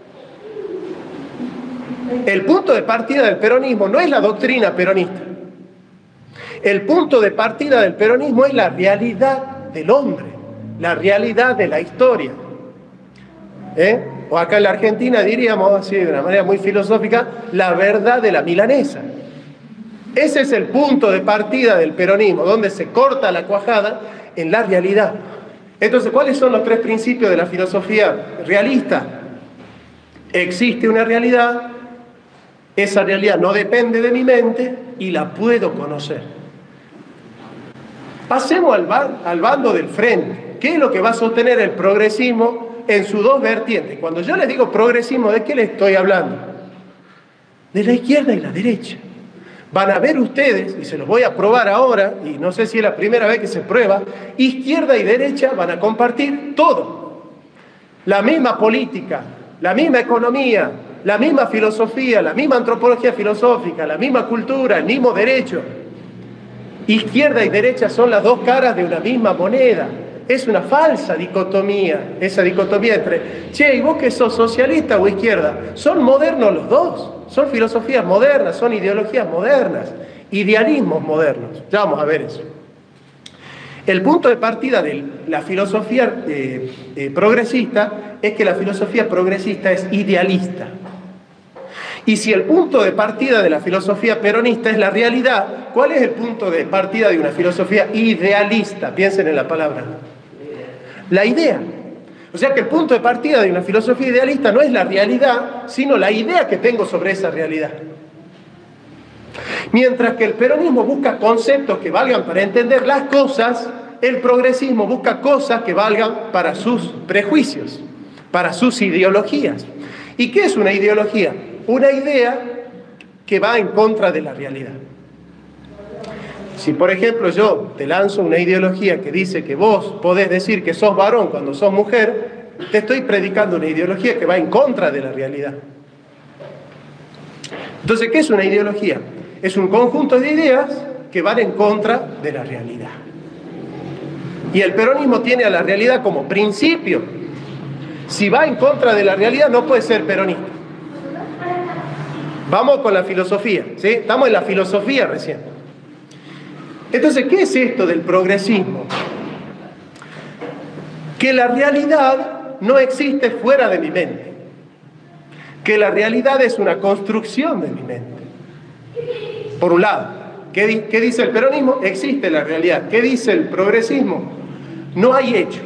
El punto de partida del peronismo no es la doctrina peronista. El punto de partida del peronismo es la realidad del hombre, la realidad de la historia. O acá en la Argentina diríamos así de una manera muy filosófica, la verdad de la milanesa. Ese es el punto de partida del peronismo, donde se corta la cuajada en la realidad. Entonces, ¿cuáles son los tres principios de la filosofía realista? Existe una realidad, Esa realidad no depende de mi mente y la puedo conocer. Pasemos al bando del frente. ¿Qué es lo que va a sostener el progresismo en sus dos vertientes? Cuando yo les digo progresismo, ¿de qué les estoy hablando? De la izquierda y la derecha. Van a ver ustedes, y se los voy a probar ahora, y no sé si es la primera vez que se prueba, izquierda y derecha van a compartir todo. La misma política, la misma economía, la misma filosofía, la misma antropología filosófica, la misma cultura, el mismo derecho. Izquierda y derecha son las dos caras de una misma moneda. Es una falsa dicotomía, esa dicotomía entre, che, ¿y vos que sos socialista o izquierda? Son modernos los dos, son filosofías modernas, son ideologías modernas, idealismos modernos. Ya vamos a ver eso. El punto de partida de la filosofía progresista es que la filosofía progresista es idealista. Y si el punto de partida de la filosofía peronista es la realidad, ¿cuál es el punto de partida de una filosofía idealista? Piensen en la palabra. La idea. O sea que el punto de partida de una filosofía idealista no es la realidad, sino la idea que tengo sobre esa realidad. Mientras que el peronismo busca conceptos que valgan para entender las cosas, el progresismo busca cosas que valgan para sus prejuicios, para sus ideologías. ¿Y qué es una ideología? Una idea que va en contra de la realidad. Si, por ejemplo, yo te lanzo una ideología que dice que vos podés decir que sos varón cuando sos mujer, te estoy predicando una ideología que va en contra de la realidad. Entonces, ¿qué es una ideología? Es un conjunto de ideas que van en contra de la realidad. Y el peronismo tiene a la realidad como principio. Si va en contra de la realidad, no puede ser peronista. Vamos con la filosofía, ¿sí? Estamos en la filosofía recién. Entonces, ¿qué es esto del progresismo? Que la realidad no existe fuera de mi mente. Que la realidad es una construcción de mi mente. Por un lado, ¿qué dice el peronismo? Existe la realidad. ¿Qué dice el progresismo? No hay hechos.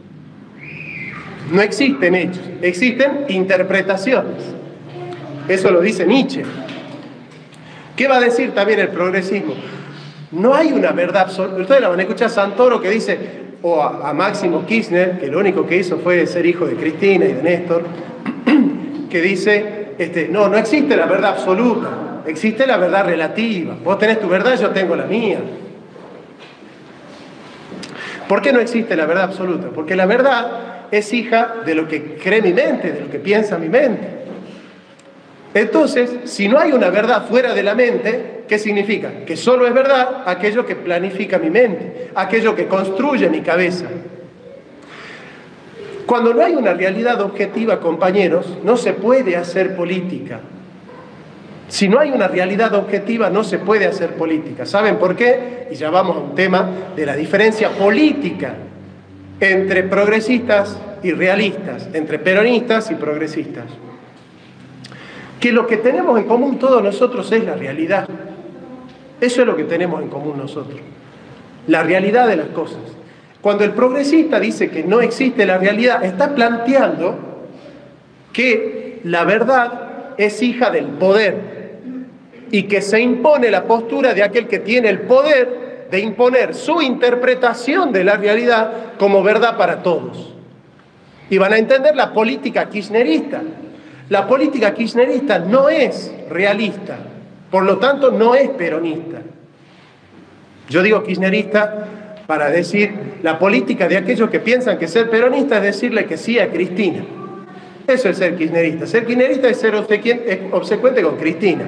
No existen hechos. Existen interpretaciones. Eso lo dice Nietzsche. ¿Qué va a decir también el progresismo? No hay una verdad absoluta. Ustedes la van a escuchar a Santoro que dice, o a Máximo Kirchner, que lo único que hizo fue ser hijo de Cristina y de Néstor, que dice, no existe la verdad absoluta, existe la verdad relativa. Vos tenés tu verdad, yo tengo la mía. ¿Por qué no existe la verdad absoluta? Porque la verdad es hija de lo que cree mi mente, de lo que piensa mi mente. Entonces, si no hay una verdad fuera de la mente, ¿qué significa? Que solo es verdad aquello que planifica mi mente, aquello que construye mi cabeza. Cuando no hay una realidad objetiva, compañeros, no se puede hacer política. Si no hay una realidad objetiva, no se puede hacer política. ¿Saben por qué? Y ya vamos a un tema de la diferencia política entre progresistas y realistas, entre peronistas y progresistas. Que lo que tenemos en común todos nosotros es la realidad. Eso es lo que tenemos en común nosotros. La realidad de las cosas. Cuando el progresista dice que no existe la realidad, está planteando que la verdad es hija del poder y que se impone la postura de aquel que tiene el poder de imponer su interpretación de la realidad como verdad para todos. Y van a entender la política kirchnerista. La política kirchnerista no es realista, por lo tanto no es peronista. Yo digo kirchnerista para decir la política de aquellos que piensan que ser peronista es decirle que sí a Cristina. Eso es ser kirchnerista. Ser kirchnerista es ser obsecuente con Cristina.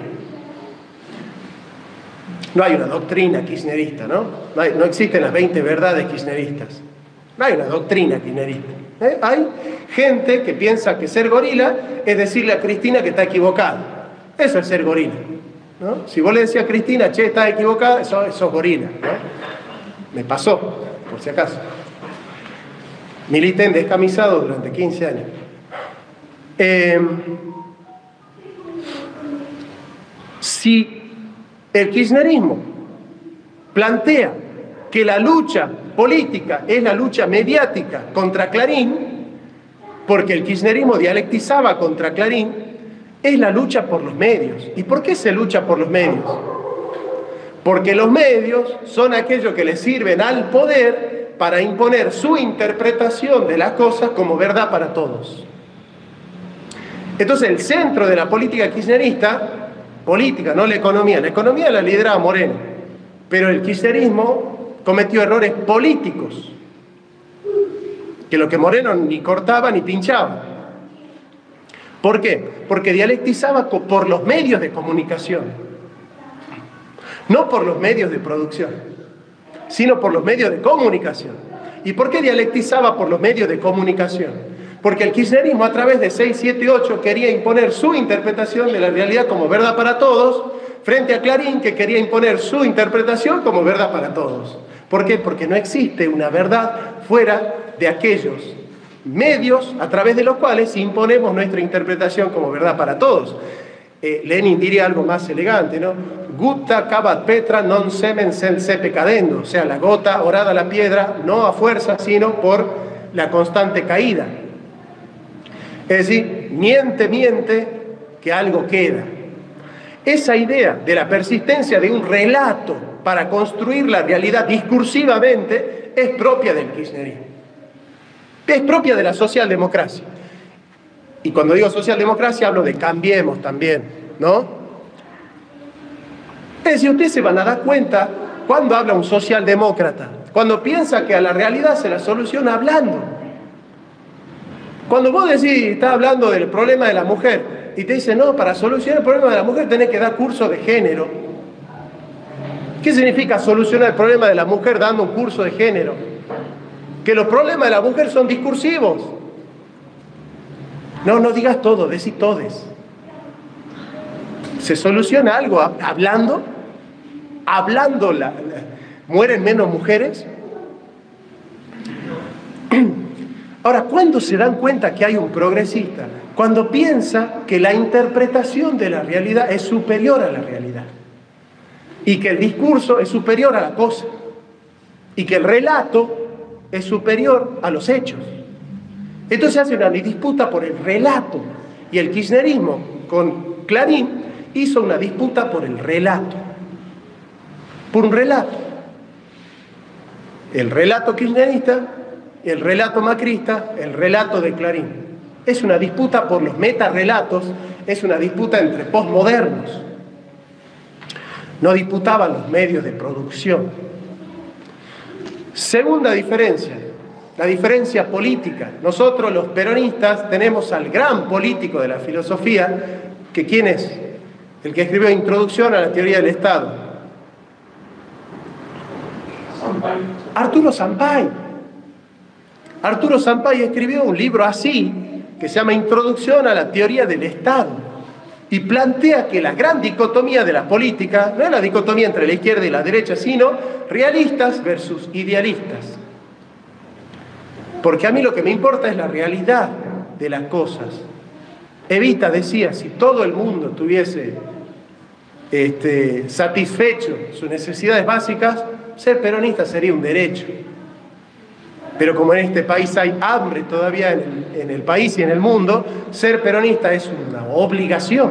No hay una doctrina kirchnerista, ¿no? No existen las 20 verdades kirchneristas. No hay una doctrina kirchnerista. Hay gente que piensa que ser gorila es decirle a Cristina que está equivocada. Eso es ser gorila, ¿no? Si vos le decías a Cristina, che, estás equivocada, sos gorila, ¿no? Me pasó, por si acaso. Milité en descamisado durante 15 años. Si el kirchnerismo plantea que la lucha política es la lucha mediática contra Clarín, porque el kirchnerismo dialectizaba contra Clarín, es la lucha por los medios. ¿Y por qué se lucha por los medios? Porque los medios son aquellos que le sirven al poder para imponer su interpretación de las cosas como verdad para todos. Entonces el centro de la política kirchnerista, política, no la economía la lideraba Moreno, pero el kirchnerismo cometió errores políticos, que lo que Moreno ni cortaba ni pinchaba. ¿Por qué? Porque dialectizaba por los medios de comunicación, no por los medios de producción, sino por los medios de comunicación. ¿Y por qué dialectizaba por los medios de comunicación? Porque el kirchnerismo a través de 6, 7, 8 quería imponer su interpretación de la realidad como verdad para todos, frente a Clarín, que quería imponer su interpretación como verdad para todos. ¿Por qué? Porque no existe una verdad fuera de aquellos medios a través de los cuales imponemos nuestra interpretación como verdad para todos. Lenin diría algo más elegante, ¿no? Gutta cavat petra non semen sense cadendo, o sea, la gota orada a la piedra, no a fuerza, sino por la constante caída. Es decir, miente, que algo queda. Esa idea de la persistencia de un relato para construir la realidad discursivamente es propia del kirchnerismo. Es propia de la socialdemocracia. Y cuando digo socialdemocracia hablo de Cambiemos también, ¿no? Es decir, ustedes se van a dar cuenta cuando habla un socialdemócrata, cuando piensa que a la realidad se la soluciona hablando. Cuando vos decís, estás hablando del problema de la mujer, y te dicen, no, para solucionar el problema de la mujer tenés que dar curso de género. ¿Qué significa solucionar el problema de la mujer dando un curso de género? Que los problemas de la mujer son discursivos. No digas todo, decí todes. ¿Se soluciona algo hablando? ¿Hablando mueren menos mujeres? Ahora, ¿cuándo se dan cuenta que hay un progresista? Cuando piensa que la interpretación de la realidad es superior a la realidad. Y que el discurso es superior a la cosa. Y que el relato es superior a los hechos. Entonces se hace una disputa por el relato. Y el kirchnerismo, con Clarín, hizo una disputa por el relato. Por un relato. El relato kirchnerista, el relato macrista, el relato de Clarín. Es una disputa por los metarrelatos, es una disputa entre posmodernos. No disputaban los medios de producción. Segunda diferencia, la diferencia política. Nosotros los peronistas tenemos al gran político de la filosofía, que ¿quién es? El que escribió Introducción a la Teoría del Estado. Arturo Sampay. Arturo Sampay escribió un libro así, que se llama Introducción a la Teoría del Estado, y plantea que la gran dicotomía de la política no es la dicotomía entre la izquierda y la derecha, sino realistas versus idealistas. Porque a mí lo que me importa es la realidad de las cosas. Evita decía, si todo el mundo tuviese satisfecho sus necesidades básicas, ser peronista sería un derecho. Pero como en este país hay hambre todavía en el país y en el mundo, ser peronista es una obligación.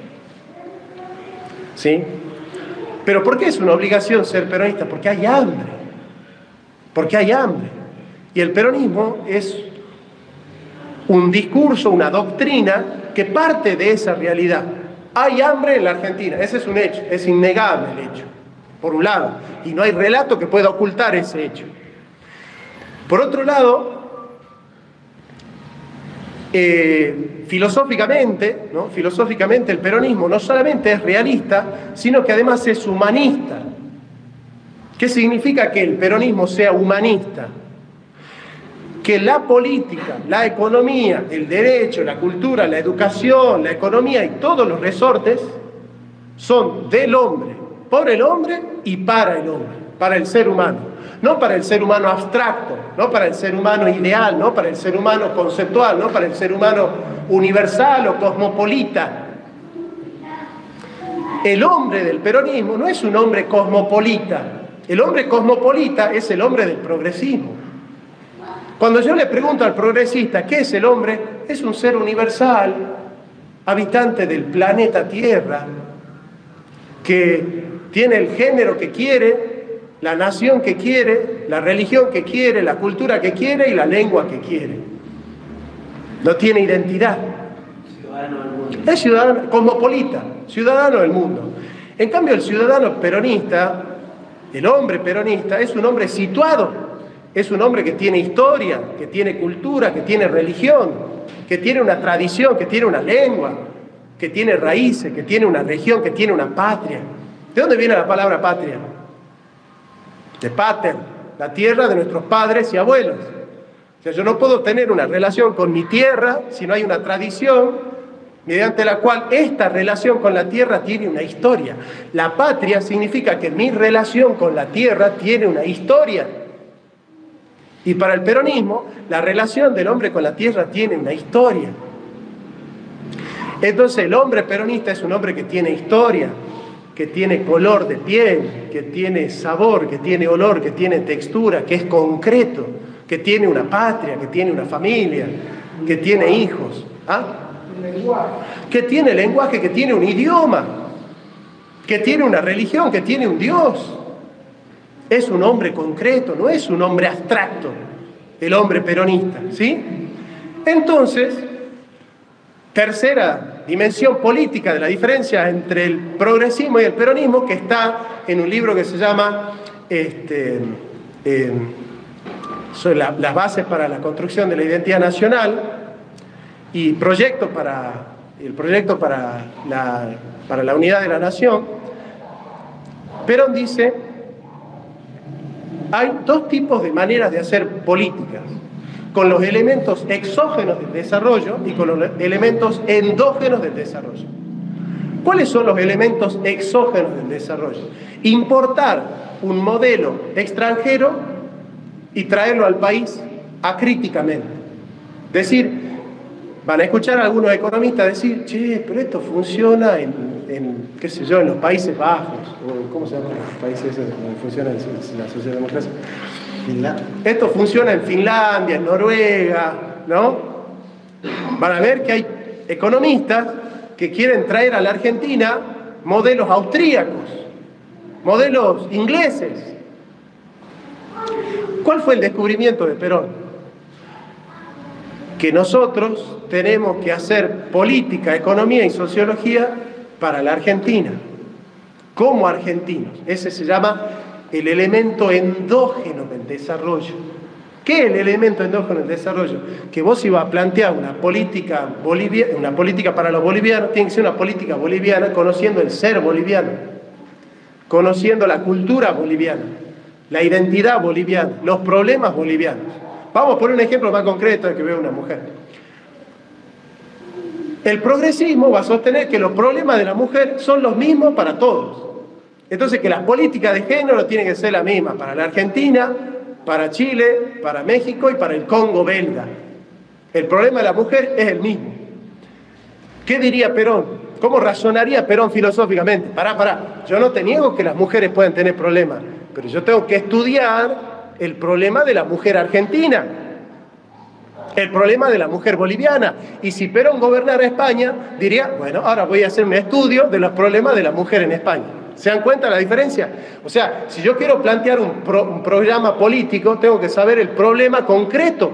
¿Sí? ¿Pero por qué es una obligación ser peronista? Porque hay hambre. Porque hay hambre. Y el peronismo es un discurso, una doctrina que parte de esa realidad. Hay hambre en la Argentina, ese es un hecho, es innegable el hecho, por un lado. Y no hay relato que pueda ocultar ese hecho. Por otro lado, filosóficamente, ¿no? Filosóficamente el peronismo no solamente es realista, sino que además es humanista. ¿Qué significa que el peronismo sea humanista? Que la política, la economía, el derecho, la cultura, la educación, la economía y todos los resortes son del hombre, por el hombre y para el hombre, para el ser humano. No para el ser humano abstracto, no para el ser humano ideal, no para el ser humano conceptual, no para el ser humano universal o cosmopolita. El hombre del peronismo no es un hombre cosmopolita. El hombre cosmopolita es el hombre del progresismo. Cuando yo le pregunto al progresista, ¿qué es el hombre? Es un ser universal, habitante del planeta Tierra, que tiene el género que quiere, la nación que quiere, la religión que quiere, la cultura que quiere y la lengua que quiere. No tiene identidad. Es ciudadano, cosmopolita, ciudadano del mundo. En cambio, el ciudadano peronista, el hombre peronista, es un hombre situado, es un hombre que tiene historia, que tiene cultura, que tiene religión, que tiene una tradición, que tiene una lengua, que tiene raíces, que tiene una región, que tiene una patria. ¿De dónde viene la palabra patria? De pater, la tierra de nuestros padres y abuelos. O sea, yo no puedo tener una relación con mi tierra si no hay una tradición mediante la cual esta relación con la tierra tiene una historia. La patria significa que mi relación con la tierra tiene una historia. Y para el peronismo, la relación del hombre con la tierra tiene una historia. Entonces, el hombre peronista es un hombre que tiene historia, que tiene color de piel, que tiene sabor, que tiene olor, que tiene textura, que es concreto, que tiene una patria, que tiene una familia, que tiene hijos. ¿Ah? Que tiene lenguaje, que tiene un idioma, que tiene una religión, que tiene un Dios. Es un hombre concreto, no es un hombre abstracto, el hombre peronista, ¿sí? Entonces, tercera dimensión política de la diferencia entre el progresismo y el peronismo, que está en un libro que se llama sobre las bases para la construcción de la identidad nacional y el proyecto para la unidad de la nación. Perón dice: hay dos tipos de maneras de hacer políticas, con los elementos exógenos del desarrollo y con los elementos endógenos del desarrollo. ¿Cuáles son los elementos exógenos del desarrollo? Importar un modelo extranjero y traerlo al país acríticamente. Decir, van a escuchar a algunos economistas decir: che, pero esto funciona qué sé yo, en los Países Bajos, o ¿cómo se llaman los países donde funciona la socialdemocracia? Esto funciona en Finlandia, en Noruega, ¿no? Van a ver que hay economistas que quieren traer a la Argentina modelos austríacos, modelos ingleses. ¿Cuál fue el descubrimiento de Perón? Que nosotros tenemos que hacer política, economía y sociología para la Argentina, como argentinos. Ese se llama el elemento endógeno del desarrollo. ¿Qué es el elemento endógeno del desarrollo? Que vos, si vas a plantear una política para los bolivianos, tiene que ser una política boliviana conociendo el ser boliviano, conociendo la cultura boliviana, la identidad boliviana, los problemas bolivianos. Vamos a poner un ejemplo más concreto de que veo una mujer. El progresismo va a sostener que los problemas de la mujer son los mismos para todos. Entonces, que las políticas de género tienen que ser las mismas para la Argentina, para Chile, para México y para el Congo belga. El problema de la mujer es el mismo. ¿Qué diría Perón? ¿Cómo razonaría Perón filosóficamente? Pará. Yo no te niego que las mujeres pueden tener problemas, pero yo tengo que estudiar el problema de la mujer argentina, el problema de la mujer boliviana. Y si Perón gobernara España, diría: bueno, ahora voy a hacer un estudio de los problemas de la mujer en España. ¿Se dan cuenta la diferencia? O sea, si yo quiero plantear un programa político, tengo que saber el problema concreto.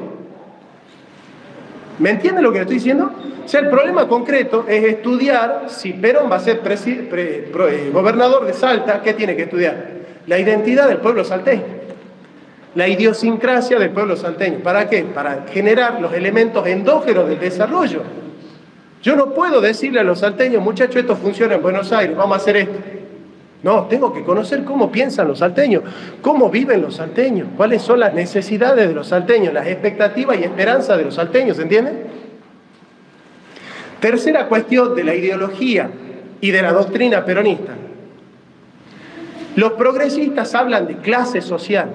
¿Me entienden lo que le estoy diciendo? O sea, el problema concreto es estudiar si Perón va a ser gobernador de Salta. ¿Qué tiene que estudiar? La identidad del pueblo salteño, la idiosincrasia del pueblo salteño. ¿Para qué? Para generar los elementos endógenos del desarrollo. Yo no puedo decirle a los salteños: muchachos, esto funciona en Buenos Aires, vamos a hacer esto. No, tengo que conocer cómo piensan los salteños, cómo viven los salteños, cuáles son las necesidades de los salteños, las expectativas y esperanzas de los salteños, ¿se entiende? Tercera cuestión de la ideología y de la doctrina peronista. Los progresistas hablan de clase social.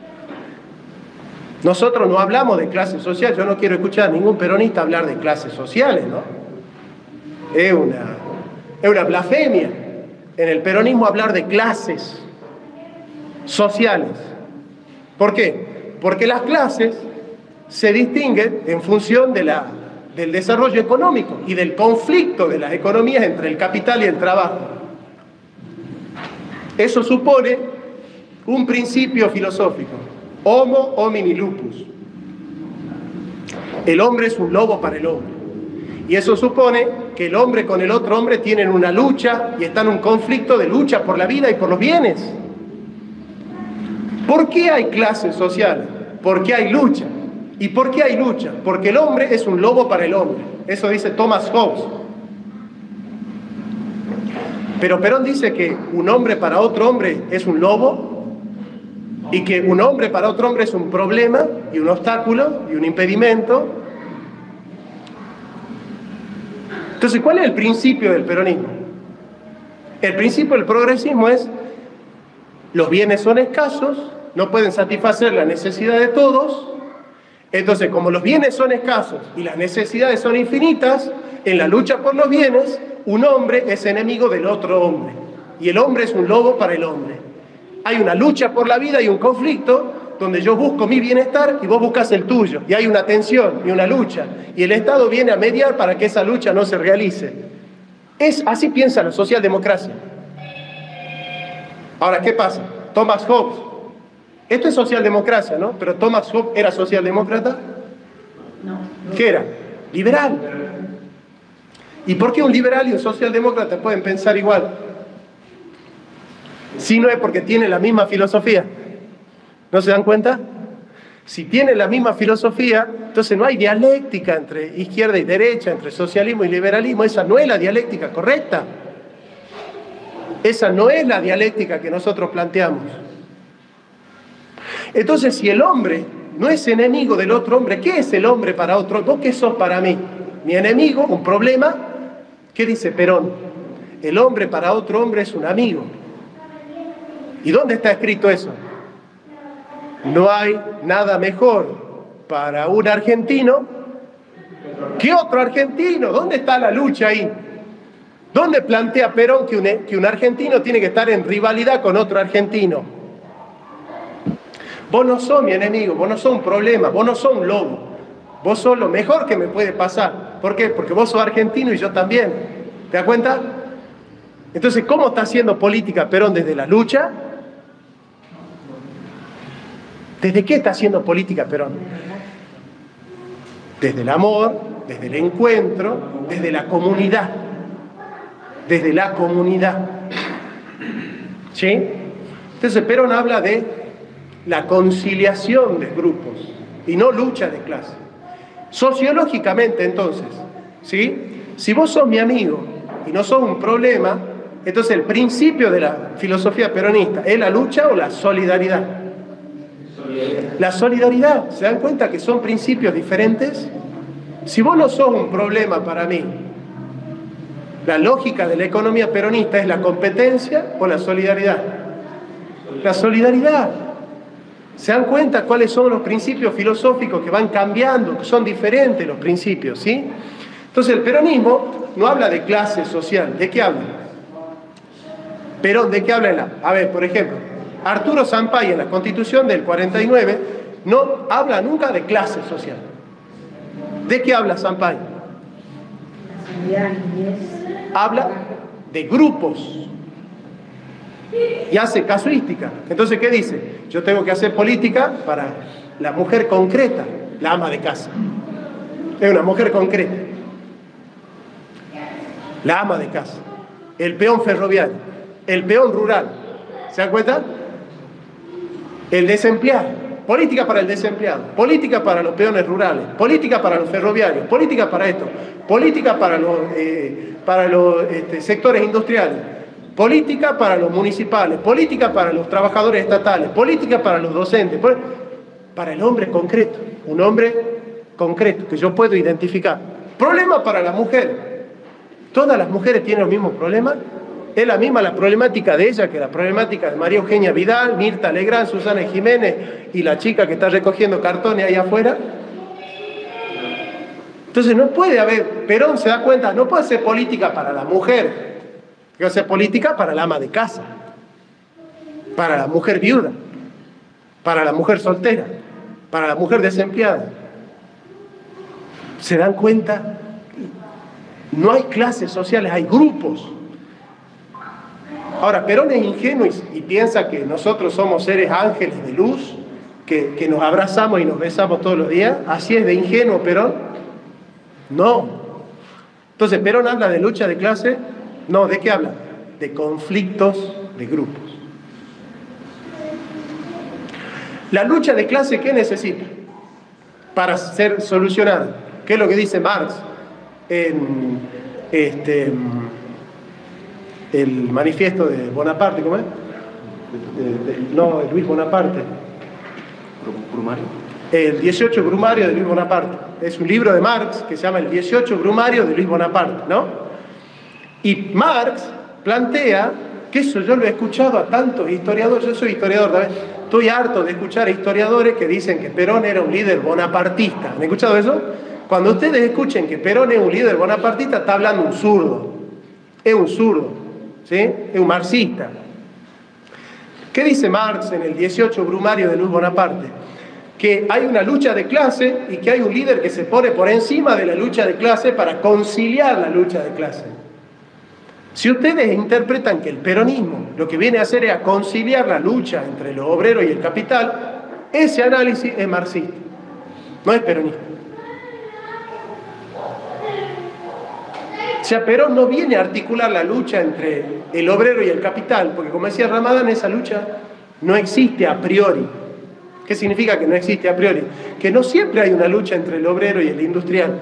Nosotros no hablamos de clase social. Yo no quiero escuchar a ningún peronista hablar de clases sociales, ¿no? Es una blasfemia en el peronismo hablar de clases sociales. ¿Por qué? Porque las clases se distinguen en función de del desarrollo económico y del conflicto de las economías entre el capital y el trabajo. Eso supone un principio filosófico: homo homini lupus. El hombre es un lobo para el hombre. Y eso supone que el hombre con el otro hombre tienen una lucha y están en un conflicto de lucha por la vida y por los bienes. ¿Por qué hay clases sociales? Porque hay lucha. ¿Y por qué hay lucha? Porque el hombre es un lobo para el hombre. Eso dice Thomas Hobbes. Pero Perón dice que un hombre para otro hombre es un lobo y que un hombre para otro hombre es un problema y un obstáculo y un impedimento. Entonces, ¿cuál es el principio del peronismo? El principio del progresismo es: los bienes son escasos, no pueden satisfacer la necesidad de todos. Entonces, como los bienes son escasos y las necesidades son infinitas, en la lucha por los bienes, un hombre es enemigo del otro hombre. Y el hombre es un lobo para el hombre. Hay una lucha por la vida y un conflicto donde yo busco mi bienestar y vos buscas el tuyo. Y hay una tensión y una lucha. Y el Estado viene a mediar para que esa lucha no se realice. Así piensa la socialdemocracia. Ahora, ¿qué pasa? Thomas Hobbes. Esto es socialdemocracia, ¿no? Pero Thomas Hobbes ¿era socialdemócrata? No. ¿Qué era? Liberal. ¿Y por qué un liberal y un socialdemócrata pueden pensar igual? Si no es porque tienen la misma filosofía. ¿No se dan cuenta? Si tienen la misma filosofía, entonces no hay dialéctica entre izquierda y derecha, entre socialismo y liberalismo. Esa no es la dialéctica correcta. Esa no es la dialéctica que nosotros planteamos. Entonces, si el hombre no es enemigo del otro hombre, ¿qué es el hombre para otro? ¿Vos qué sos para mí? Mi enemigo, un problema. ¿Qué dice Perón? El hombre para otro hombre es un amigo. ¿Y dónde está escrito eso? No hay nada mejor para un argentino que otro argentino. ¿Dónde está la lucha ahí? ¿Dónde plantea Perón que un argentino tiene que estar en rivalidad con otro argentino? Vos no sos mi enemigo, vos no sos un problema, vos no sos un lobo. Vos sos lo mejor que me puede pasar. ¿Por qué? Porque vos sos argentino y yo también. ¿Te das cuenta? Entonces, ¿cómo está haciendo política Perón? ¿Desde la lucha? ¿Desde qué está haciendo política Perón? Desde el amor, desde el encuentro, desde la comunidad. Desde la comunidad. ¿Sí? Entonces Perón habla de la conciliación de grupos y no lucha de clase. Sociológicamente, entonces, ¿sí? Si vos sos mi amigo y no sos un problema, entonces el principio de la filosofía peronista es la lucha o la solidaridad. La solidaridad, ¿se dan cuenta que son principios diferentes? Si vos no sos un problema para mí, la lógica de la economía peronista es la competencia o la solidaridad. La solidaridad. ¿Se dan cuenta cuáles son los principios filosóficos que van cambiando, que son diferentes los principios, ¿sí? Entonces el peronismo no habla de clase social. ¿De qué habla? Perón, ¿de qué habla? A ver, por ejemplo, Arturo Sampaio en la Constitución del 49 no habla nunca de clase social. ¿De qué habla Sampaio? Habla de grupos y hace casuística. Entonces, ¿qué dice? Yo tengo que hacer política para la mujer concreta, la ama de casa. Es una mujer concreta. La ama de casa, el peón ferroviario, el peón rural. ¿Se dan cuenta? El desempleado, política para el desempleado, política para los peones rurales, política para los ferroviarios, política para esto, política para los sectores industriales, política para los municipales, política para los trabajadores estatales, política para los docentes, para el hombre concreto, un hombre concreto que yo puedo identificar. Problema para la mujer. ¿Todas las mujeres tienen los mismos problemas? ¿Es la misma la problemática de ella que la problemática de María Eugenia Vidal, Mirta Legrand, Susana Jiménez y la chica que está recogiendo cartones ahí afuera? Entonces no puede haber, Perón se da cuenta, no puede hacer política para la mujer, hay que hacer política para la ama de casa, para la mujer viuda, para la mujer soltera, para la mujer desempleada. ¿Se dan cuenta? No hay clases sociales, hay grupos. Ahora, Perón es ingenuo y piensa que nosotros somos seres ángeles de luz, que nos abrazamos y nos besamos todos los días. ¿Así es de ingenuo Perón? No. Entonces, ¿Perón habla de lucha de clase? No, ¿de qué habla? De conflictos de grupos. La lucha de clase, ¿qué necesita para ser solucionada? ¿Qué es lo que dice Marx en el manifiesto de Bonaparte? ¿Cómo es? No, de Luis Bonaparte. ¿Brumario? El 18 Brumario de Luis Bonaparte. Es un libro de Marx que se llama el 18 Brumario de Luis Bonaparte, ¿no? Y Marx plantea, que eso yo lo he escuchado a tantos historiadores, yo soy historiador, ¿sabes? Estoy harto de escuchar a historiadores que dicen que Perón era un líder bonapartista. ¿Han escuchado eso? Cuando ustedes escuchen que Perón es un líder bonapartista, está hablando un zurdo. Es un zurdo, ¿sí? Es un marxista. ¿Qué dice Marx en el 18 Brumario de Luis Bonaparte? Que hay una lucha de clase y que hay un líder que se pone por encima de la lucha de clase para conciliar la lucha de clase. Si ustedes interpretan que el peronismo lo que viene a hacer es a conciliar la lucha entre los obreros y el capital, ese análisis es marxista, no es peronista. O sea, Perón no viene a articular la lucha entre el obrero y el capital, porque como decía Ramadán, esa lucha no existe a priori. ¿Qué significa que no existe a priori? Que no siempre hay una lucha entre el obrero y el industrial.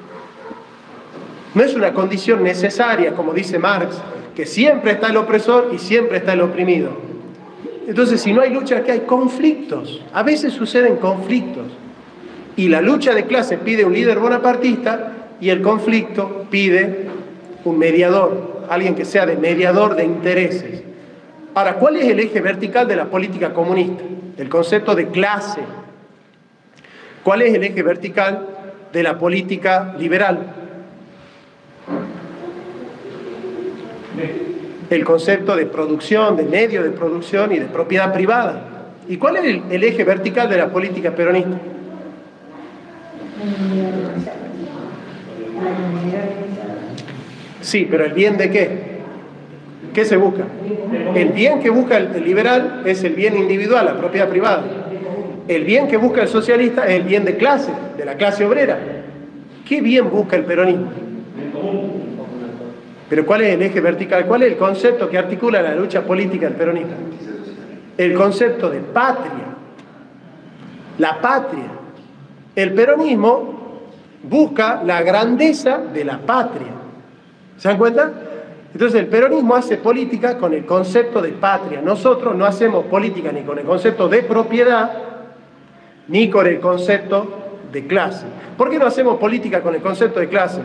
No es una condición necesaria, como dice Marx, que siempre está el opresor y siempre está el oprimido. Entonces, si no hay lucha, ¿qué hay? Conflictos. A veces suceden conflictos. Y la lucha de clase pide un líder bonapartista y el conflicto pide un mediador, alguien que sea de mediador de intereses. Ahora, ¿cuál es el eje vertical de la política comunista? El concepto de clase. ¿Cuál es el eje vertical de la política liberal? El concepto de producción, de medio de producción y de propiedad privada. ¿Y cuál es el eje vertical de la política peronista? Sí, pero ¿el bien de qué? ¿Qué se busca? El bien que busca el liberal es el bien individual, la propiedad privada. El bien que busca el socialista es el bien de clase, de la clase obrera. ¿Qué bien busca el peronismo? Pero ¿cuál es el eje vertical? ¿Cuál es el concepto que articula la lucha política del peronismo? El concepto de patria. La patria. El peronismo busca la grandeza de la patria. ¿Se dan cuenta? Entonces el peronismo hace política con el concepto de patria. Nosotros no hacemos política ni con el concepto de propiedad, ni con el concepto de clase. ¿Por qué no hacemos política con el concepto de clase?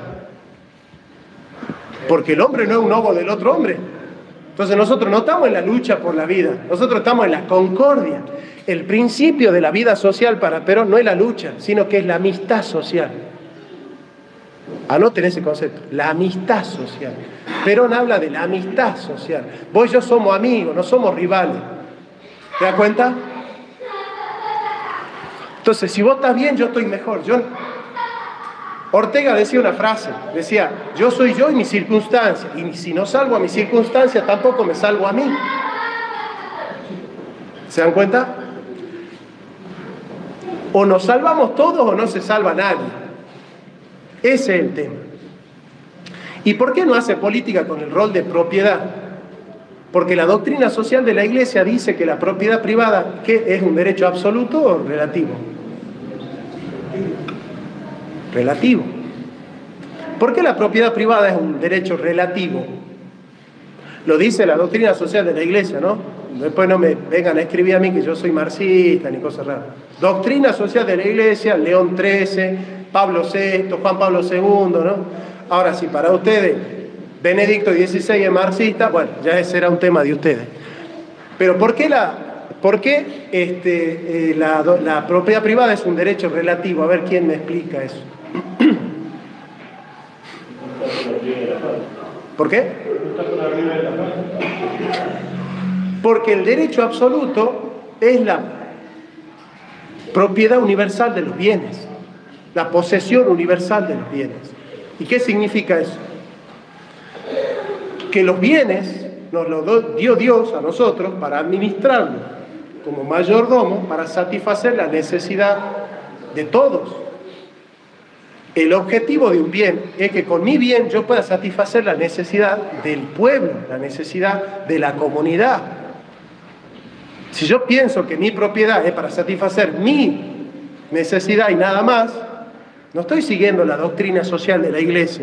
Porque el hombre no es un obo del otro hombre. Entonces nosotros no estamos en la lucha por la vida, nosotros estamos en la concordia. El principio de la vida social para Perón no es la lucha, sino que es la amistad social. Anoten ese concepto, la amistad social. Perón habla de la amistad social. Vos y yo somos amigos, no somos rivales. ¿Te das cuenta? Entonces, si vos estás bien, yo estoy mejor. Ortega decía una frase, decía, yo soy yo y mis circunstancias, y si no salvo a mis circunstancias, tampoco me salvo a mí. ¿Se dan cuenta? O nos salvamos todos o no se salva nadie. Ese es el tema. ¿Y por qué no hace política con el rol de propiedad? Porque la doctrina social de la Iglesia dice que la propiedad privada, ¿qué es un derecho absoluto o relativo? Relativo. ¿Por qué la propiedad privada es un derecho relativo? Lo dice la doctrina social de la Iglesia, ¿no? Después no me vengan a escribir a mí que yo soy marxista ni cosas raras. Doctrina social de la Iglesia, León XIII, Pablo VI, Juan Pablo II, ¿no? Ahora, si para ustedes Benedicto XVI es marxista, bueno, ya ese será un tema de ustedes. Pero ¿por qué la propiedad privada es un derecho relativo? A ver quién me explica eso. ¿Por qué? Porque el derecho absoluto es la propiedad universal de los bienes. la posesión universal de los bienes. ¿Y qué significa eso? Que los bienes nos los dio Dios a nosotros para administrarlos como mayordomo, para satisfacer la necesidad de todos. El objetivo de un bien es que con mi bien yo pueda satisfacer la necesidad del pueblo, la necesidad de la comunidad. Si yo pienso que mi propiedad es para satisfacer mi necesidad y nada más, no estoy siguiendo la doctrina social de la Iglesia.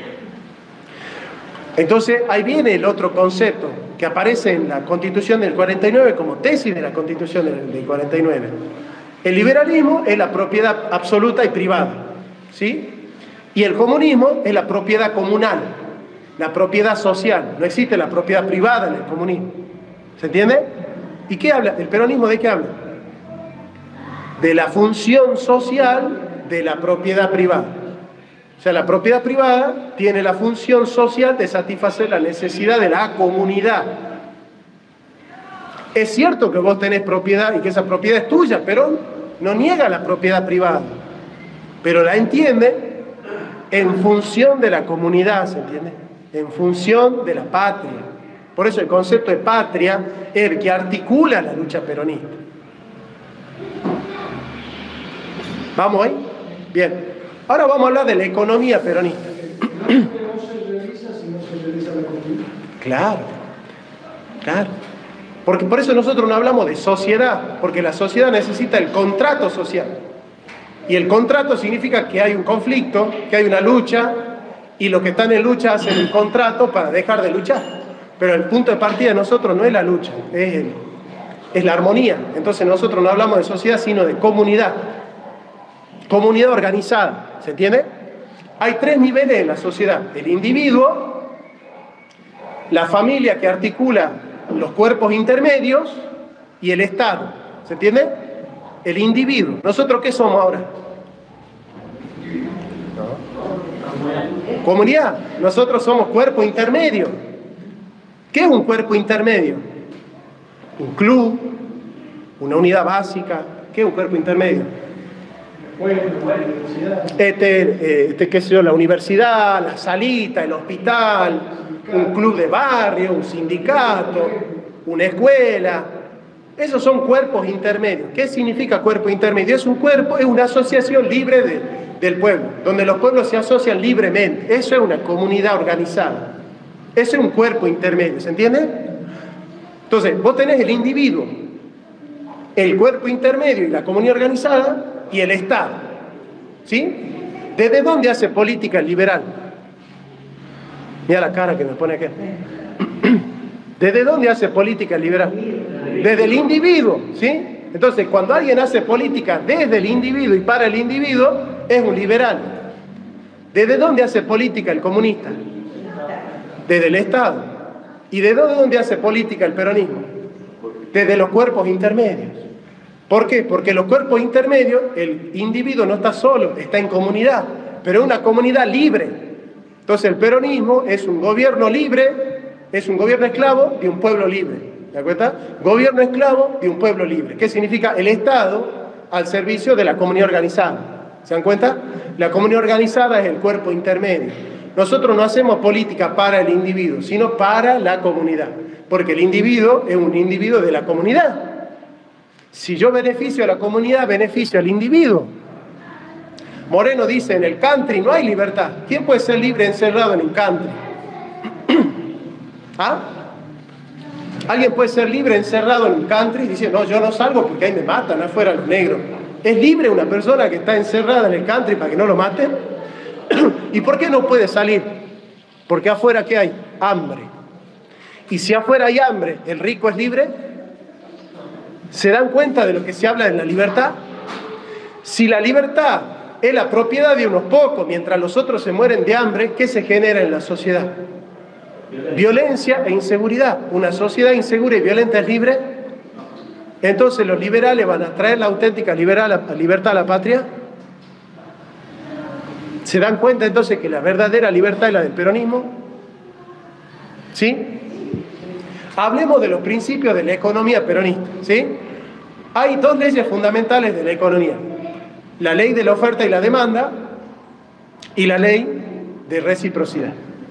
Entonces ahí viene el otro concepto que aparece en la Constitución del 49 como tesis de la Constitución del 49. El liberalismo es la propiedad absoluta y privada, ¿sí? Y el comunismo es la propiedad comunal, la propiedad social. No existe la propiedad privada en el comunismo. ¿Se entiende? ¿Y qué habla? ¿El peronismo de qué habla? De la función social de la propiedad privada. O sea, la propiedad privada tiene la función social de satisfacer la necesidad de la comunidad. Es cierto que vos tenés propiedad y que esa propiedad es tuya, pero no niega la propiedad privada, pero la entiende en función de la comunidad, ¿se entiende? En función de la patria. Por eso el concepto de patria es el que articula la lucha peronista. ¿Vamos ahí? Bien. Ahora vamos a hablar de la economía peronista. ¿No se realiza si no se realiza la comunidad? Claro, claro. Porque por eso nosotros no hablamos de sociedad, porque la sociedad necesita el contrato social. Y el contrato significa que hay un conflicto, que hay una lucha, y los que están en lucha hacen un contrato para dejar de luchar. Pero el punto de partida de nosotros no es la lucha, es la armonía. Entonces nosotros no hablamos de sociedad, sino de comunidad. Comunidad organizada, ¿se entiende? Hay tres niveles en la sociedad: el individuo, la familia que articula los cuerpos intermedios y el Estado, ¿se entiende? El individuo. ¿Nosotros qué somos ahora? Comunidad. Nosotros somos cuerpo intermedio. ¿Qué es un cuerpo intermedio? Un club, una unidad básica. ¿Qué es un cuerpo intermedio? Qué sé yo, la universidad, la salita, el hospital, un club de barrio, un sindicato, una escuela. Esos son cuerpos intermedios. ¿Qué significa cuerpo intermedio? Es un cuerpo, es una asociación libre del pueblo, donde los pueblos se asocian libremente. Eso es una comunidad organizada. Eso es un cuerpo intermedio, ¿se entiende? Entonces, vos tenés el individuo, el cuerpo intermedio y la comunidad organizada, y el Estado, ¿sí? ¿Desde dónde hace política el liberal? Mira la cara que me pone aquí. ¿Desde dónde hace política el liberal? Desde el individuo, ¿sí? Entonces, cuando alguien hace política desde el individuo y para el individuo, es un liberal. ¿Desde dónde hace política el comunista? Desde el Estado. ¿Y desde dónde hace política el peronismo? Desde los cuerpos intermedios. ¿Por qué? Porque los cuerpos intermedios, el individuo no está solo, está en comunidad, pero es una comunidad libre. Entonces el peronismo es un gobierno libre, es un gobierno esclavo de un pueblo libre. ¿De acuerdo? Gobierno esclavo de un pueblo libre. ¿Qué significa? El Estado al servicio de la comunidad organizada. ¿Se dan cuenta? La comunidad organizada es el cuerpo intermedio. Nosotros no hacemos política para el individuo, sino para la comunidad, porque el individuo es un individuo de la comunidad. Si yo beneficio a la comunidad, beneficio al individuo. Moreno dice, en el country no hay libertad. ¿Quién puede ser libre encerrado en un country? ¿Ah? ¿Alguien puede ser libre encerrado en un country y dice, no, yo no salgo porque ahí me matan afuera los negros? ¿Es libre una persona que está encerrada en el country para que no lo maten? ¿Y por qué no puede salir? Porque afuera, ¿qué hay? Hambre. Y si afuera hay hambre, ¿el rico es libre? ¿Se dan cuenta de lo que se habla de la libertad? Si la libertad es la propiedad de unos pocos, mientras los otros se mueren de hambre, ¿qué se genera en la sociedad? Violencia e inseguridad. ¿Una sociedad insegura y violenta es libre? Entonces, ¿los liberales van a traer la auténtica libertad a la patria? ¿Se dan cuenta entonces que la verdadera libertad es la del peronismo? ¿Sí? Hablemos de los principios de la economía peronista, ¿sí? Hay dos leyes fundamentales de la economía. la ley de la oferta y la demanda y la ley de reciprocidad.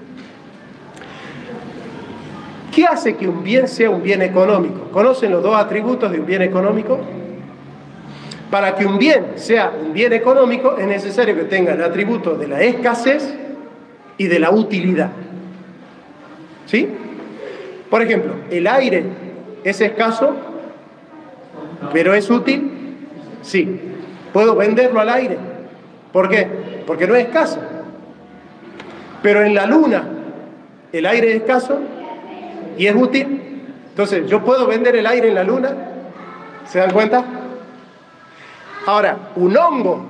¿Qué hace que un bien sea un bien económico? ¿Conocen los dos atributos de un bien económico? Para que un bien sea un bien económico es necesario que tenga el atributo de la escasez y de la utilidad. ¿Sí? Por ejemplo, el aire es escaso, pero es útil. Sí. ¿Puedo venderlo al aire? ¿Por qué? Porque no es escaso. Pero en la luna, el aire es escaso y es útil. Entonces, ¿yo puedo vender el aire en la luna? ¿Se dan cuenta? Ahora, un hongo,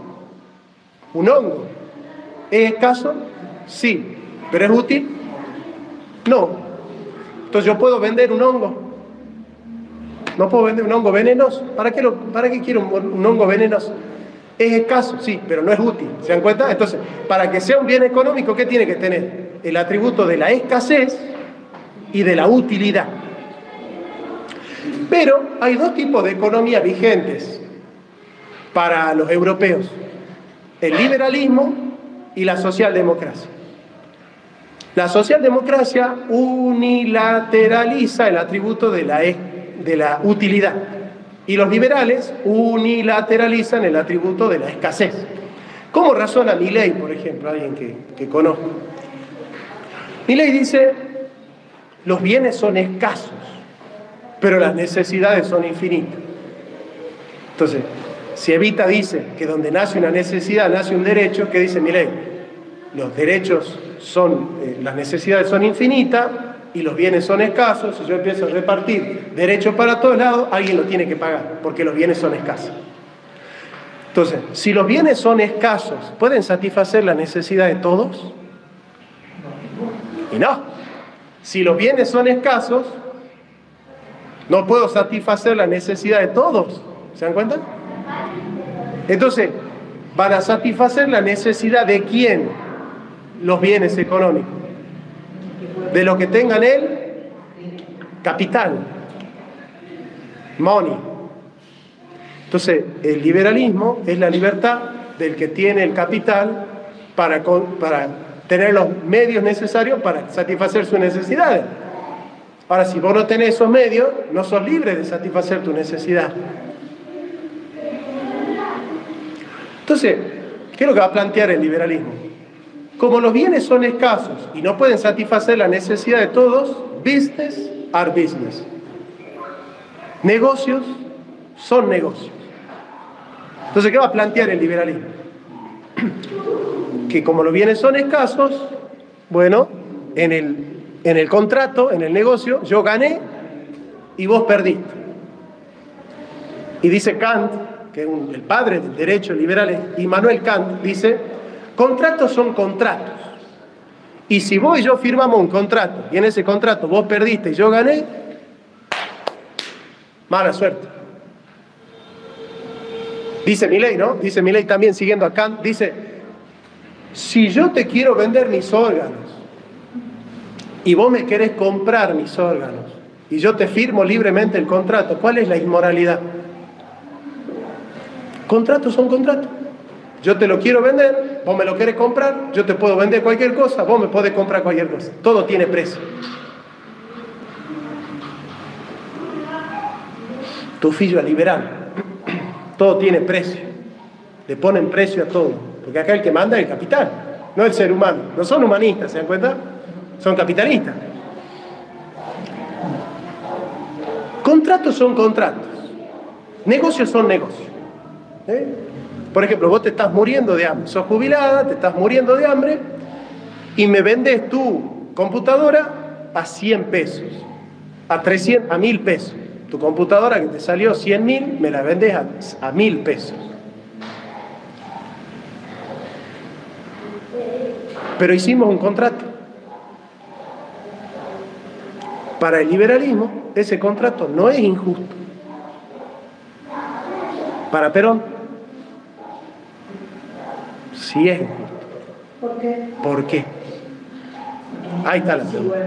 ¿es escaso? Sí. ¿Pero es útil? No. Entonces, ¿yo puedo vender un hongo? No puedo vender un hongo venenoso. ¿Para qué quiero un hongo venenoso? Es escaso, sí, pero no es útil. ¿Se dan cuenta? Entonces, para que sea un bien económico, ¿qué tiene que tener? El atributo de la escasez y de la utilidad. Pero hay dos tipos de economía vigentes para los europeos: el liberalismo y la socialdemocracia. La socialdemocracia unilateraliza el atributo de la utilidad y los liberales unilateralizan el atributo de la escasez. ¿Cómo razona Milei, por ejemplo, alguien que conozco? Milei dice: los bienes son escasos, pero las necesidades son infinitas. Entonces, si Evita dice que donde nace una necesidad nace un derecho, ¿qué dice Milei? Los derechos las necesidades son infinitas y los bienes son escasos. Si yo empiezo a repartir derechos para todos lados, alguien lo tiene que pagar, porque los bienes son escasos. Entonces, si los bienes son escasos, ¿pueden satisfacer la necesidad de todos? Y no. Si los bienes son escasos, no puedo satisfacer la necesidad de todos. ¿Se dan cuenta? Entonces, ¿van a satisfacer la necesidad de quién los bienes económicos? De lo que tengan el capital, money. Entonces, el liberalismo es la libertad del que tiene el capital para tener los medios necesarios para satisfacer sus necesidades. Ahora, si vos no tenés esos medios, no sos libre de satisfacer tu necesidad. Entonces, ¿qué es lo que va a plantear el liberalismo? Como los bienes son escasos y no pueden satisfacer la necesidad de todos, business are business. Negocios son negocios. Entonces, ¿qué va a plantear el liberalismo? Que como los bienes son escasos, bueno, en el contrato, en el negocio, yo gané y vos perdiste. Y dice Kant, que es el padre del derecho liberal, Immanuel Kant, dice: contratos son contratos. Y si vos y yo firmamos un contrato y en ese contrato vos perdiste y yo gané, mala suerte. Dice Milei, ¿no? Dice Milei también, siguiendo a Kant, dice: si yo te quiero vender mis órganos y vos me querés comprar mis órganos y yo te firmo libremente el contrato, ¿cuál es la inmoralidad? Contratos son contratos. Yo te lo quiero vender, vos me lo querés comprar, yo te puedo vender cualquier cosa, vos me podés comprar cualquier cosa. Todo tiene precio. Tu fillo es liberal. Todo tiene precio. Le ponen precio a todo. Porque acá el que manda es el capital, no el ser humano. No son humanistas, ¿se dan cuenta? Son capitalistas. Contratos son contratos. Negocios son negocios. Por ejemplo, vos te estás muriendo de hambre, sos jubilada, te estás muriendo de hambre y me vendes tu computadora a 100 pesos, a 1.000 pesos. Tu computadora que te salió 100.000, me la vendes a 1.000 pesos. Pero hicimos un contrato. Para el liberalismo, ese contrato no es injusto. Para Perón, sí es injusto. ¿Por qué? ¿Por qué? Ahí está la pregunta.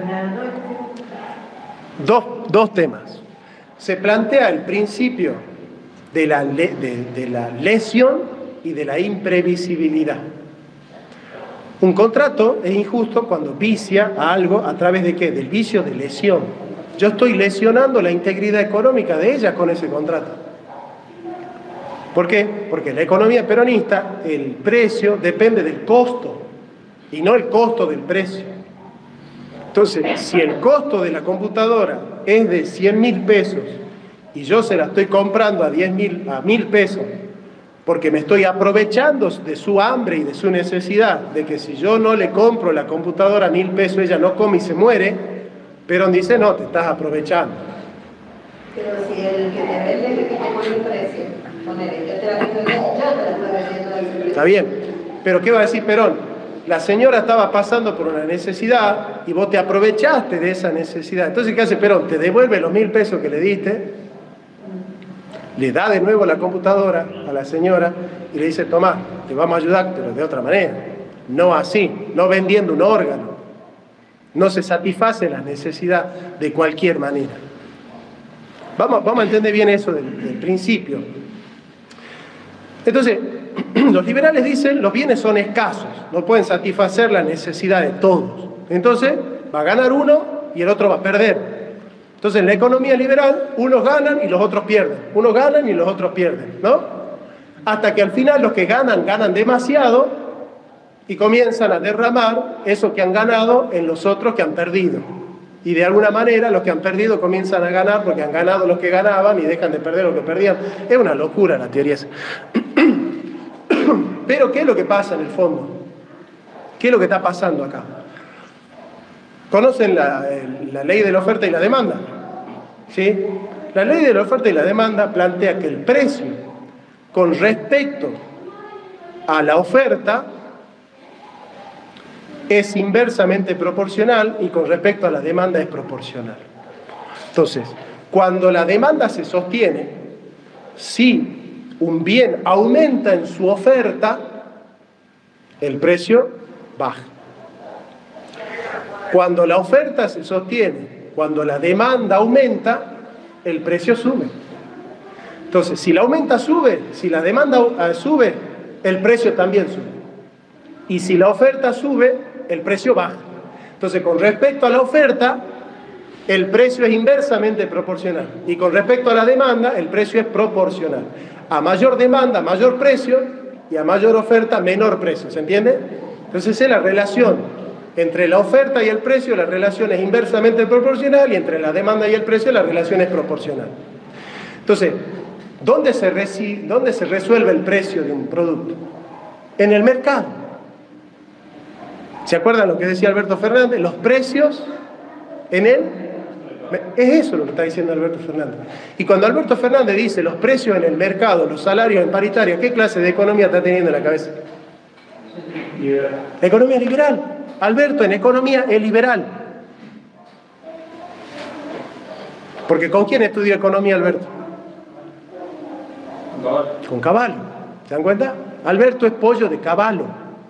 Dos temas. Se plantea el principio de la lesión y de la imprevisibilidad. Un contrato es injusto cuando vicia a algo a través de ¿qué? Del vicio de lesión. Yo estoy lesionando la integridad económica de ella con ese contrato. ¿Por qué? Porque en la economía peronista el precio depende del costo y no el costo del precio. Entonces, si el costo de la computadora es de 100.000 pesos y yo se la estoy comprando a 1.000 pesos, porque me estoy aprovechando de su hambre y de su necesidad, de que si yo no le compro la computadora a 1.000 pesos, ella no come y se muere, Perón dice, no, te estás aprovechando. Pero si el que te vende es el que te pone el precio, ponele, yo te la estoy vendiendo, yo te la estoy vendiendo al precio. Está bien, pero ¿qué va a decir Perón? La señora estaba pasando por una necesidad y vos te aprovechaste de esa necesidad. Entonces, ¿qué hace Perón? Te devuelve los 1.000 pesos que le diste, le da de nuevo la computadora a la señora y le dice, tomá, te vamos a ayudar, pero de otra manera. No así, no vendiendo un órgano. No se satisface la necesidad de cualquier manera. Vamos a entender bien eso del principio. Entonces, los liberales dicen, los bienes son escasos, no pueden satisfacer la necesidad de todos. Entonces, va a ganar uno y el otro va a perder. Entonces, en la economía liberal, unos ganan y los otros pierden. Unos ganan y los otros pierden, ¿no? Hasta que al final los que ganan, ganan demasiado y comienzan a derramar eso que han ganado en los otros que han perdido. Y de alguna manera los que han perdido comienzan a ganar porque han ganado los que ganaban y dejan de perder lo que perdían. Es una locura la teoría esa. Pero ¿qué es lo que pasa en el fondo? ¿Qué es lo que está pasando acá? ¿Conocen la ley de la oferta y la demanda? ¿Sí? La ley de la oferta y la demanda plantea que el precio con respecto a la oferta es inversamente proporcional y con respecto a la demanda es proporcional. Entonces, cuando la demanda se sostiene, si un bien aumenta en su oferta, el precio baja. Cuando la oferta se sostiene, cuando la demanda aumenta, el precio sube. Entonces, si la aumenta sube, si la demanda sube, el precio también sube. Y si la oferta sube, el precio baja. Entonces, con respecto a la oferta, el precio es inversamente proporcional. Y con respecto a la demanda, el precio es proporcional. A mayor demanda, mayor precio, y a mayor oferta, menor precio. ¿Se entiende? Entonces, es la relación entre la oferta y el precio, la relación es inversamente proporcional, y entre la demanda y el precio, la relación es proporcional. Entonces, ¿dónde se resuelve el precio de un producto? En el mercado. ¿Se acuerdan lo que decía Alberto Fernández? Los precios en él. Es eso lo que está diciendo Alberto Fernández. Y cuando Alberto Fernández dice los precios en el mercado, los salarios en paritaria, ¿qué clase de economía está teniendo en la cabeza? Liberal. Economía liberal. Alberto en economía es liberal. Porque ¿con quién estudió economía Alberto? Con Cavallo. ¿Se dan cuenta? Alberto es pollo de Cavallo.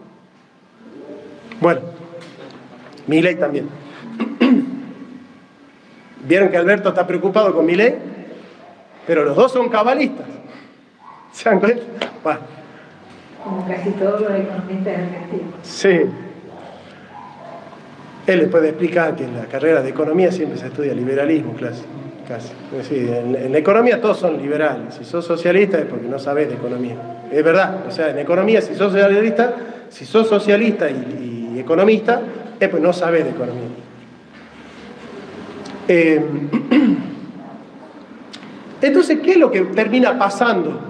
Bueno, Milei también. ¿Vieron que Alberto está preocupado con Milei? Pero los dos son cabalistas. ¿Se dan cuenta? Bueno. Como casi todos los economistas argentinos. Sí. Él les puede explicar que en la carrera de economía siempre se estudia liberalismo casi. Es decir, en la economía todos son liberales. Si sos socialista es porque no sabés de economía. Es verdad. O sea, en economía si sos socialista y economista, es pues no sabés de economía. Entonces, ¿qué es lo que termina pasando?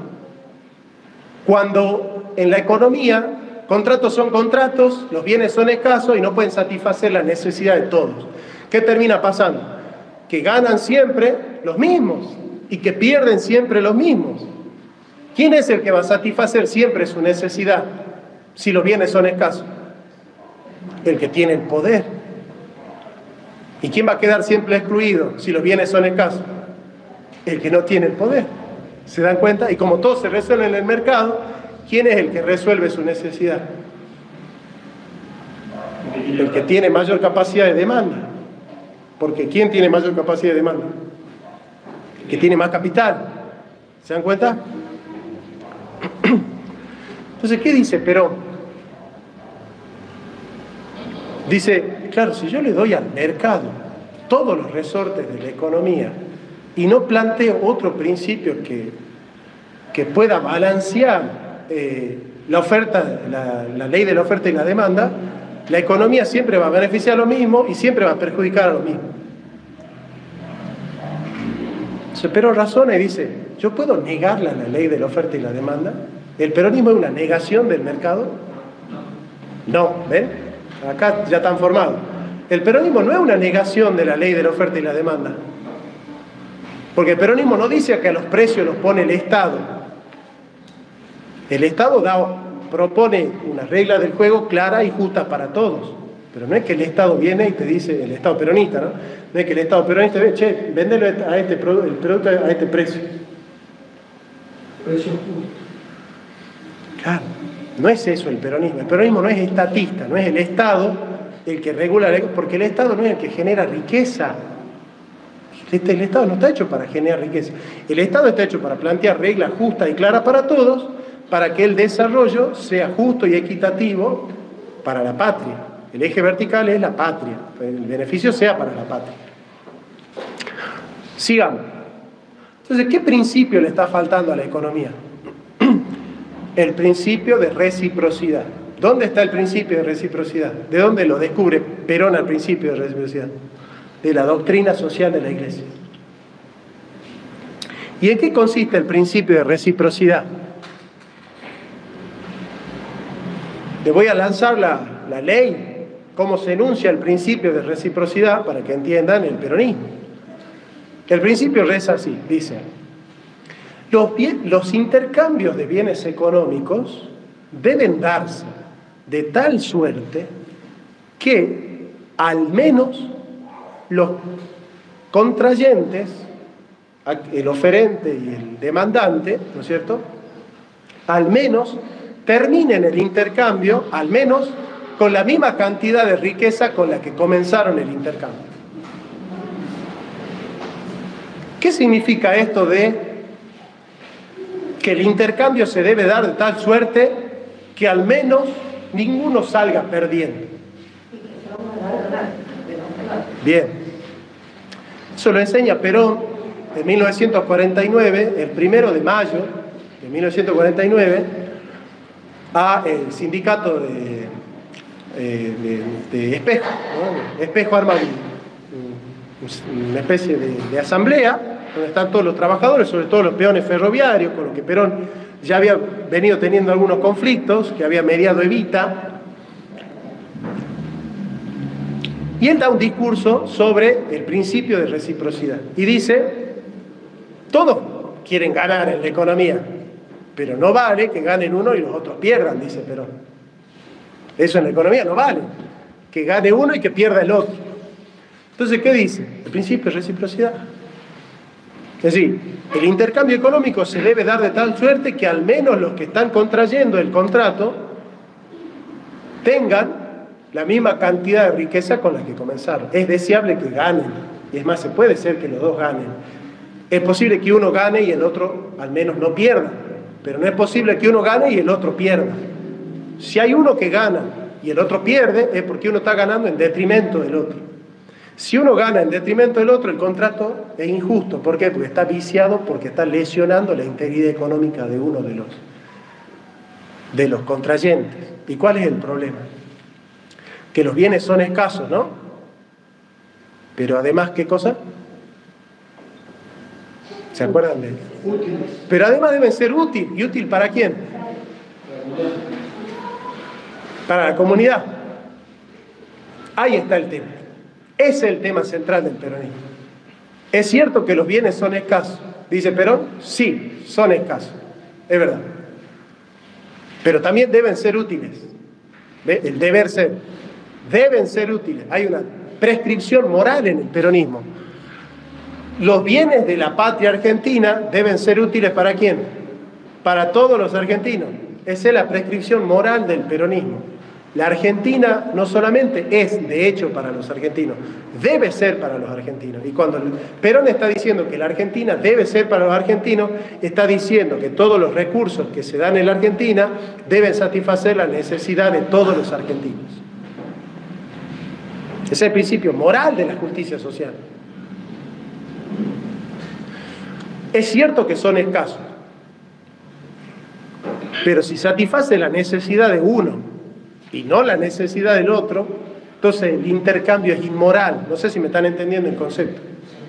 Cuando en la economía contratos son contratos, los bienes son escasos y no pueden satisfacer la necesidad de todos. ¿Qué termina pasando? Que ganan siempre los mismos y que pierden siempre los mismos. ¿Quién es el que va a satisfacer siempre su necesidad si los bienes son escasos? El que tiene el poder. ¿Y quién va a quedar siempre excluido si los bienes son escasos? El que no tiene el poder. ¿Se dan cuenta? Y como todo se resuelve en el mercado, ¿quién es el que resuelve su necesidad? El que tiene mayor capacidad de demanda. Porque ¿quién tiene mayor capacidad de demanda? El que tiene más capital. ¿Se dan cuenta? Entonces, ¿qué dice Perón? Dice, claro, si yo le doy al mercado todos los resortes de la economía y no planteo otro principio que pueda balancear la oferta, la ley de la oferta y la demanda, la economía siempre va a beneficiar a lo mismo y siempre va a perjudicar a lo mismo. Perón razona y dice, ¿yo puedo negarle a la ley de la oferta y la demanda? ¿El peronismo es una negación del mercado? No, ¿ven? Acá ya están formados. El peronismo no es una negación de la ley de la oferta y la demanda. Porque el peronismo no dice que a los precios los pone el Estado. El Estado propone unas reglas del juego claras y justas para todos. Pero no es que el Estado viene y te dice, el Estado peronista, ¿no? No es que el Estado peronista ve, che, véndelo a el producto a este precio. Precio justo. Claro, no es eso el peronismo. El peronismo no es estatista, no es el Estado el que regula, porque el Estado no es el que genera riqueza. El Estado no está hecho para generar riqueza. El Estado está hecho para plantear reglas justas y claras para todos, para que el desarrollo sea justo y equitativo para la patria. El eje vertical es la patria, el beneficio sea para la patria. Sigamos. Entonces, ¿qué principio le está faltando a la economía? El principio de reciprocidad. ¿Dónde está el principio de reciprocidad? ¿De dónde lo descubre Perón al principio de reciprocidad? De la doctrina social de la Iglesia. ¿Y en qué consiste el principio de reciprocidad? Le voy a lanzar la ley, cómo se enuncia el principio de reciprocidad para que entiendan el peronismo. El principio reza así, dice: los intercambios de bienes económicos deben darse de tal suerte que al menos los contrayentes, el oferente y el demandante, ¿no es cierto?, al menos terminen el intercambio, al menos con la misma cantidad de riqueza con la que comenzaron el intercambio. ¿Qué significa esto de que el intercambio se debe dar de tal suerte que al menos ninguno salga perdiendo? Bien. Eso lo enseña Perón en 1949, el 1 de mayo de 1949, a el sindicato de Espejo, ¿no? Espejo arma una especie de asamblea donde están todos los trabajadores, sobre todo los peones ferroviarios, con los que Perón ya había venido teniendo algunos conflictos, que había mediado Evita. Y él da un discurso sobre el principio de reciprocidad. Y dice, todos quieren ganar en la economía, pero no vale que ganen uno y los otros pierdan, dice Perón. Eso en la economía no vale, que gane uno y que pierda el otro. Entonces, ¿qué dice? El principio de reciprocidad. Es decir, el intercambio económico se debe dar de tal suerte que al menos los que están contrayendo el contrato tengan la misma cantidad de riqueza con la que comenzaron. Es deseable que ganen, y es más, se puede ser que los dos ganen. Es posible que uno gane y el otro al menos no pierda, pero no es posible que uno gane y el otro pierda. Si hay uno que gana y el otro pierde, es porque uno está ganando en detrimento del otro. Si uno gana en detrimento del otro, el contrato es injusto. ¿Por qué? Porque está viciado, porque está lesionando la integridad económica de uno de los contrayentes. ¿Y cuál es el problema? Que los bienes son escasos, ¿no? Pero además, ¿qué cosa? ¿Se acuerdan de eso? Útiles. Pero además deben ser útiles. ¿Y útil para quién? Para la comunidad. Ahí está el tema. Ese es el tema central del peronismo. ¿Es cierto que los bienes son escasos? ¿Dice Perón? Sí, son escasos. Es verdad. Pero también deben ser útiles. ¿Ve? El deber ser. Deben ser útiles. Hay una prescripción moral en el peronismo. Los bienes de la patria argentina deben ser útiles ¿para quién? Para todos los argentinos. Esa es la prescripción moral del peronismo. La Argentina no solamente es de hecho para los argentinos, debe ser para los argentinos. Y cuando Perón está diciendo que la Argentina debe ser para los argentinos, está diciendo que todos los recursos que se dan en la Argentina deben satisfacer la necesidad de todos los argentinos. Ese es el principio moral de la justicia social. Es cierto que son escasos, pero si satisface la necesidad de uno y no la necesidad del otro, entonces el intercambio es inmoral. No sé si me están entendiendo el concepto.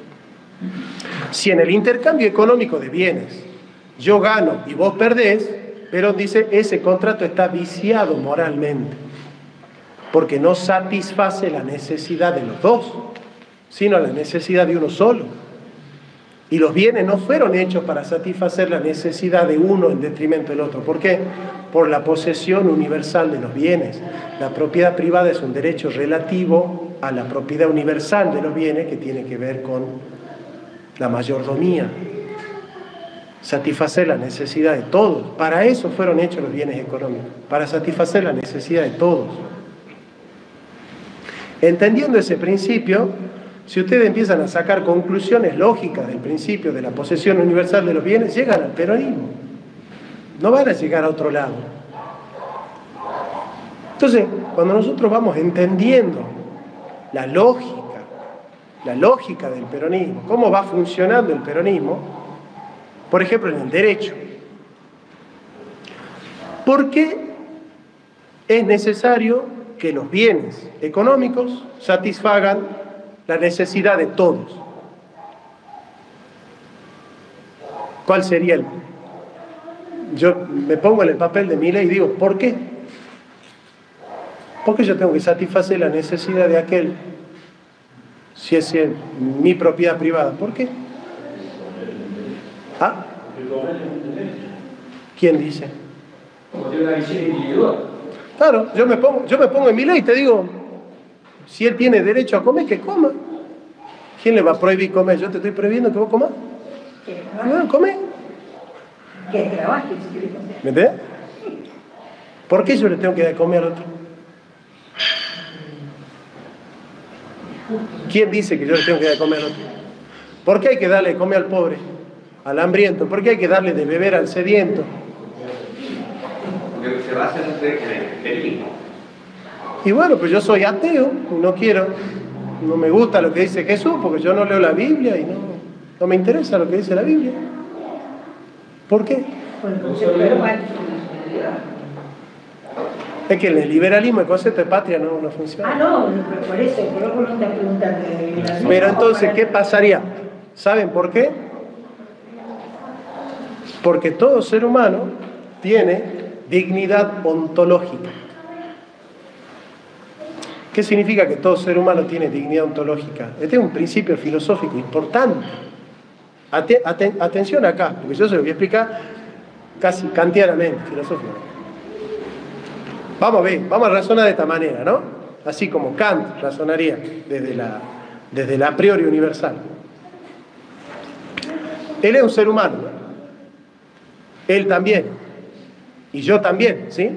Si en el intercambio económico de bienes yo gano y vos perdés, Perón dice, ese contrato está viciado moralmente, porque no satisface la necesidad de los dos, sino la necesidad de uno solo. Y los bienes no fueron hechos para satisfacer la necesidad de uno en detrimento del otro. ¿Por qué? Por la posesión universal de los bienes. La propiedad privada es un derecho relativo a la propiedad universal de los bienes, que tiene que ver con la mayordomía. Satisfacer la necesidad de todos. Para eso fueron hechos los bienes económicos, para satisfacer la necesidad de todos. Entendiendo ese principio, si ustedes empiezan a sacar conclusiones lógicas del principio de la posesión universal de los bienes, llegan al peronismo. No van a llegar a otro lado. Entonces, cuando nosotros vamos entendiendo la lógica del peronismo, cómo va funcionando el peronismo, por ejemplo, en el derecho, ¿por qué es necesario que los bienes económicos satisfagan la necesidad de todos? ¿Cuál sería el...? Yo me pongo en el papel de Milei y digo, ¿por qué? ¿Por qué yo tengo que satisfacer la necesidad de aquel si es mi propiedad privada? ¿Por qué? ¿Ah? ¿Quién dice? Como tiene una visión individual. Claro, yo me pongo en Milei y te digo, si él tiene derecho a comer, que coma. ¿Quién le va a prohibir comer? Yo te estoy prohibiendo que vos comas. No, come. Que trabaje si quiere comer. ¿Me entiendes? ¿Por qué yo le tengo que dar de comer al otro? ¿Quién dice que yo le tengo que dar de comer al otro? ¿Por qué hay que darle de comer al pobre, al hambriento? ¿Por qué hay que darle de beber al sediento? Porque se basa en el mismo. Y bueno, pues yo soy ateo, no me gusta lo que dice Jesús, porque yo no leo la Biblia y no me interesa lo que dice la Biblia. ¿Por qué? Por el concepto de patria. Es que en el liberalismo el concepto de patria no funciona. Ah, no, por eso no te preguntando. Pero entonces, ¿qué pasaría? ¿Saben por qué? Porque todo ser humano tiene dignidad ontológica. ¿Qué significa que todo ser humano tiene dignidad ontológica? Este es un principio filosófico importante. Atención acá, porque yo se lo voy a explicar casi kantianamente, filosóficamente. Vamos a ver, vamos a razonar de esta manera, ¿no? Así como Kant razonaría desde la a priori universal. Él es un ser humano, ¿no? Él también, y yo también, ¿sí?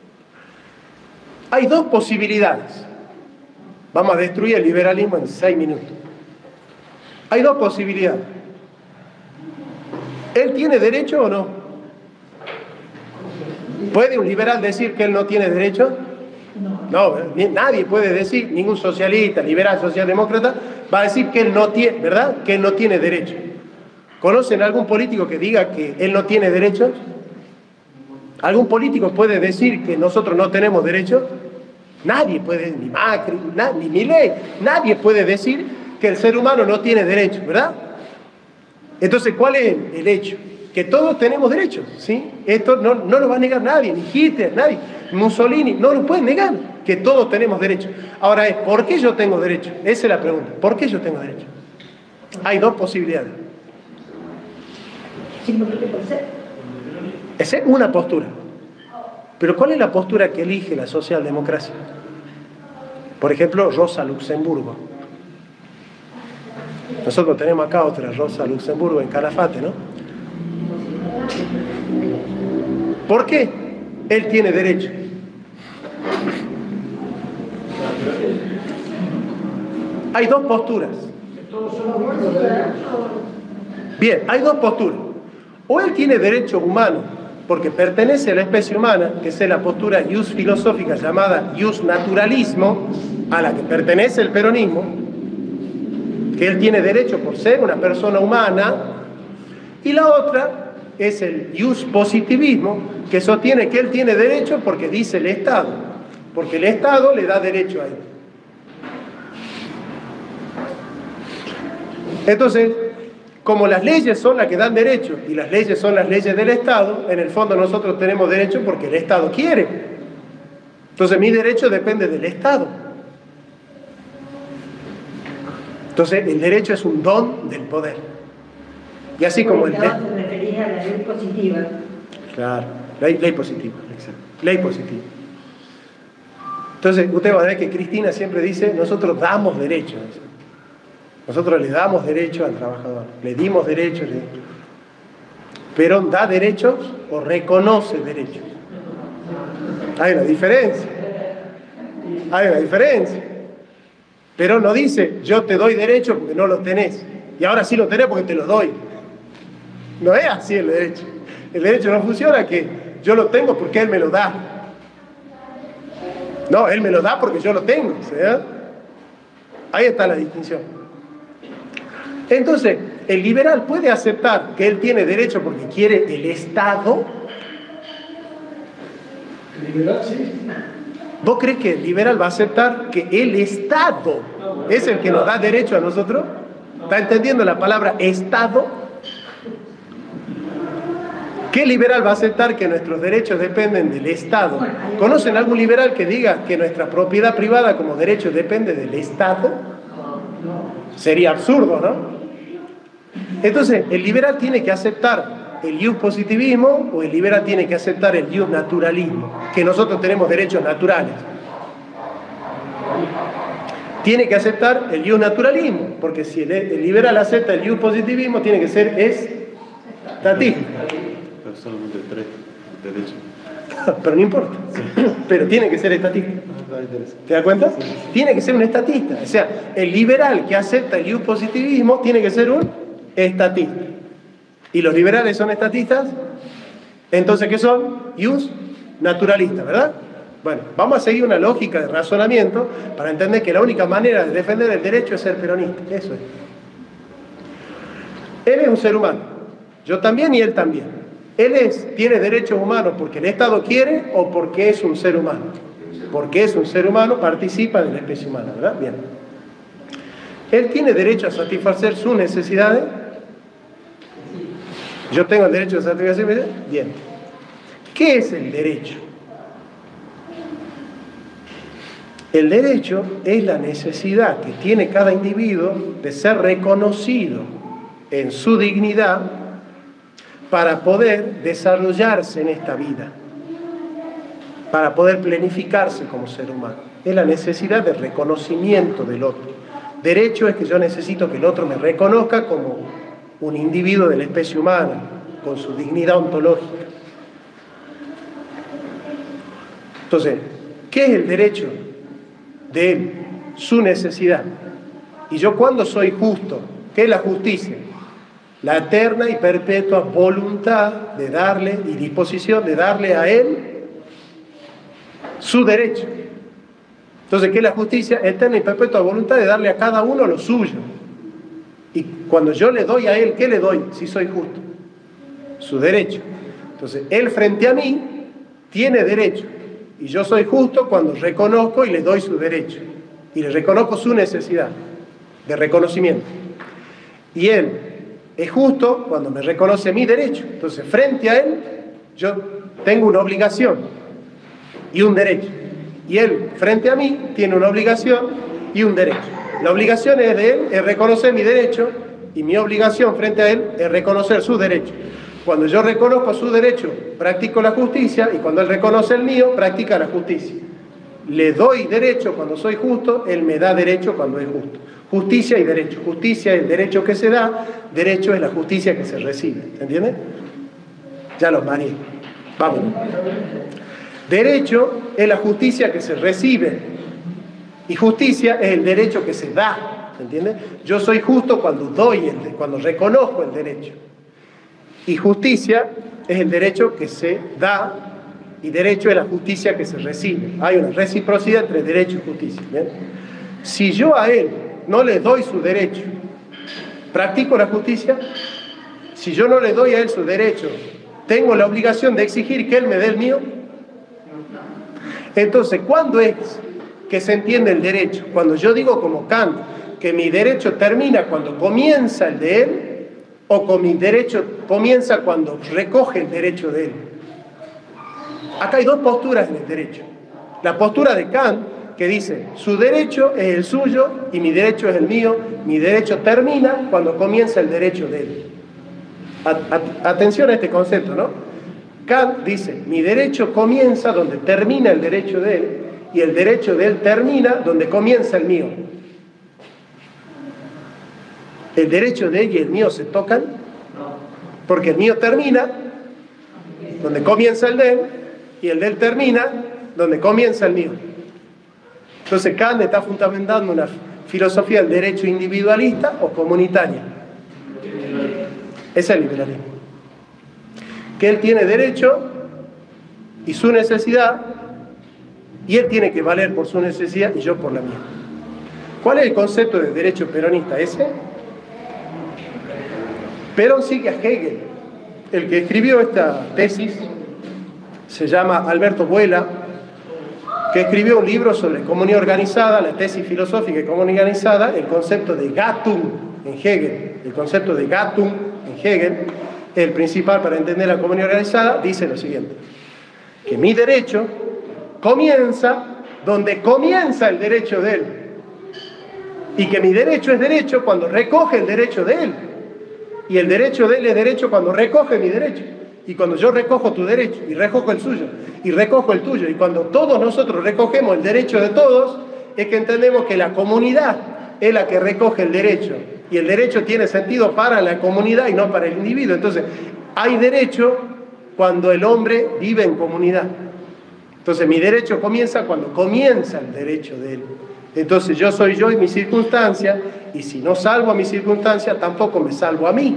Hay dos posibilidades. Vamos a destruir el liberalismo en 6 minutos. Hay dos posibilidades. ¿Él tiene derecho o no? ¿Puede un liberal decir que él no tiene derecho? No, nadie puede decir, ningún socialista, liberal, socialdemócrata, va a decir que él no tiene, ¿verdad? Que él no tiene derecho. ¿Conocen algún político que diga que él no tiene derechos? ¿Algún político puede decir que nosotros no tenemos derechos? Nadie puede, ni Macri, ni Milei, nadie puede decir que el ser humano no tiene derechos, ¿verdad? Entonces, ¿cuál es el hecho? Que todos tenemos derechos, ¿sí? Esto no lo va a negar nadie, ni Hitler, nadie, Mussolini, no lo pueden negar, que todos tenemos derechos. Ahora es, ¿por qué yo tengo derecho? Esa es la pregunta, ¿por qué yo tengo derecho? Hay dos posibilidades. Esa es una postura. Pero ¿cuál es la postura que elige la socialdemocracia? Por ejemplo, Rosa Luxemburgo. Nosotros tenemos acá otra Rosa Luxemburgo en Calafate, ¿no? ¿Por qué él tiene derecho? Hay dos posturas. Todos somos ciudadanos. Bien, hay dos posturas. O él tiene derecho humano porque pertenece a la especie humana, que es la postura ius filosófica llamada ius naturalismo, a la que pertenece el peronismo, que él tiene derecho por ser una persona humana, y la otra es el ius positivismo, que sostiene que él tiene derecho porque dice el Estado, porque el Estado le da derecho a él. Entonces, como las leyes son las que dan derecho y las leyes son las leyes del Estado, en el fondo nosotros tenemos derecho porque el Estado quiere. Entonces mi derecho depende del Estado. Entonces el derecho es un don del poder. Y así como el... ¿Te referís a la ley positiva? Claro, ley positiva, exacto. Ley positiva. Entonces usted va a ver que Cristina siempre dice, nosotros damos derechos. Nosotros le damos derechos al trabajador, le dimos derechos. Perón da derechos o reconoce derechos. Hay una diferencia. Hay una diferencia. Perón no dice, yo te doy derechos porque no los tenés. Y ahora sí los tenés porque te los doy. No es así el derecho. El derecho no funciona que yo lo tengo porque él me lo da. No, él me lo da porque yo lo tengo. ¿Sí? Ahí está la distinción. Entonces, ¿el liberal puede aceptar que él tiene derecho porque quiere el Estado? El liberal, sí. ¿Vos crees que el liberal va a aceptar que el Estado es el que nos da derecho a nosotros? ¿Está entendiendo la palabra Estado? ¿Qué liberal va a aceptar que nuestros derechos dependen del Estado? ¿Conocen algún liberal que diga que nuestra propiedad privada como derecho depende del Estado? Sería absurdo, ¿no? Entonces, ¿el liberal tiene que aceptar el ius positivismo o el liberal tiene que aceptar el ius naturalismo? Que nosotros tenemos derechos naturales. Tiene que aceptar el ius naturalismo, porque si el liberal acepta el ius positivismo, tiene que ser estatista. Pero solamente 3 derechos. Pero no importa. Pero tiene que ser estatista. ¿Te das cuenta? Tiene que ser un estatista. O sea, el liberal que acepta el ius positivismo tiene que ser un estatista. ¿Y los liberales son estatistas? Entonces, ¿qué son? Ius naturalistas, ¿verdad? Bueno, vamos a seguir una lógica de razonamiento para entender que la única manera de defender el derecho es ser peronista. Eso es. Él es un ser humano. Yo también y él también. Él tiene derechos humanos porque el Estado quiere o porque es un ser humano. Porque es un ser humano, participa de la especie humana, ¿verdad? Bien. Él tiene derecho a satisfacer sus necesidades. Yo tengo el derecho a satisfacer mis necesidades. Bien. ¿Qué es el derecho? El derecho es la necesidad que tiene cada individuo de ser reconocido en su dignidad para poder desarrollarse en esta vida, para poder planificarse como ser humano. Es la necesidad de reconocimiento del otro. Derecho es que yo necesito que el otro me reconozca como un individuo de la especie humana, con su dignidad ontológica. Entonces, ¿qué es el derecho de él? Su necesidad. Y yo, ¿cuándo soy justo? ¿Qué es la justicia? La eterna y perpetua voluntad de darle y disposición de darle a él su derecho. Entonces, ¿qué es la justicia? Eterna y perpetua voluntad de darle a cada uno lo suyo. Y cuando yo le doy a él, ¿qué le doy si soy justo? Su derecho. Entonces, él frente a mí tiene derecho. Y yo soy justo cuando reconozco y le doy su derecho. Y le reconozco su necesidad de reconocimiento. Y él es justo cuando me reconoce mi derecho. Entonces, frente a él, yo tengo una obligación y un derecho. Y él, frente a mí, tiene una obligación y un derecho. La obligación es de él, es reconocer mi derecho, y mi obligación frente a él es reconocer su derecho. Cuando yo reconozco su derecho, practico la justicia, y cuando él reconoce el mío, practica la justicia. Le doy derecho cuando soy justo, él me da derecho cuando es justo. Justicia y derecho. Justicia es el derecho que se da, derecho es la justicia que se recibe. ¿Se entiende? Ya los mareé. Vamos. Derecho es la justicia que se recibe y justicia es el derecho que se da. ¿entiendes? Yo soy justo cuando reconozco el derecho. Y justicia es el derecho que se da y derecho es la justicia que se recibe. Hay una reciprocidad entre derecho y justicia. ¿Bien? Si yo a él no le doy su derecho, ¿practico la justicia? Si yo no le doy a él su derecho, ¿tengo la obligación de exigir que él me dé el mío? Entonces, ¿cuándo es que se entiende el derecho? Cuando yo digo como Kant que mi derecho termina cuando comienza el de él, o con mi derecho comienza cuando recoge el derecho de él. Acá hay dos posturas en el derecho. La postura de Kant, que dice, su derecho es el suyo y mi derecho es el mío, mi derecho termina cuando comienza el derecho de él. Atención a este concepto, ¿no? Kant dice, mi derecho comienza donde termina el derecho de él y el derecho de él termina donde comienza el mío. ¿El derecho de él y el mío se tocan? Porque el mío termina donde comienza el de él y el de él termina donde comienza el mío. Entonces Kant está fundamentando una filosofía del derecho individualista o comunitaria. Ese es el liberalismo. Que él tiene derecho y su necesidad, y él tiene que valer por su necesidad y yo por la mía. ¿Cuál es el concepto de derecho peronista ese? Perón sigue a Hegel. El que escribió esta tesis se llama Alberto Vuela, que escribió un libro sobre comunidad organizada, la tesis filosófica de comunidad organizada, el concepto de Gattung en Hegel. El concepto de Gattung en Hegel, el principal para entender la comunidad organizada, dice lo siguiente: que mi derecho comienza donde comienza el derecho de él, y que mi derecho es derecho cuando recoge el derecho de él, y el derecho de él es derecho cuando recoge mi derecho, y cuando yo recojo tu derecho y recojo el suyo y recojo el tuyo, y cuando todos nosotros recogemos el derecho de todos, es que entendemos que la comunidad es la que recoge el derecho, y el derecho tiene sentido para la comunidad y no para el individuo. Entonces hay derecho cuando el hombre vive en comunidad. Entonces mi derecho comienza cuando comienza el derecho de él. Entonces yo soy yo y mi circunstancia, y si no salvo a mi circunstancia, tampoco me salvo a mí.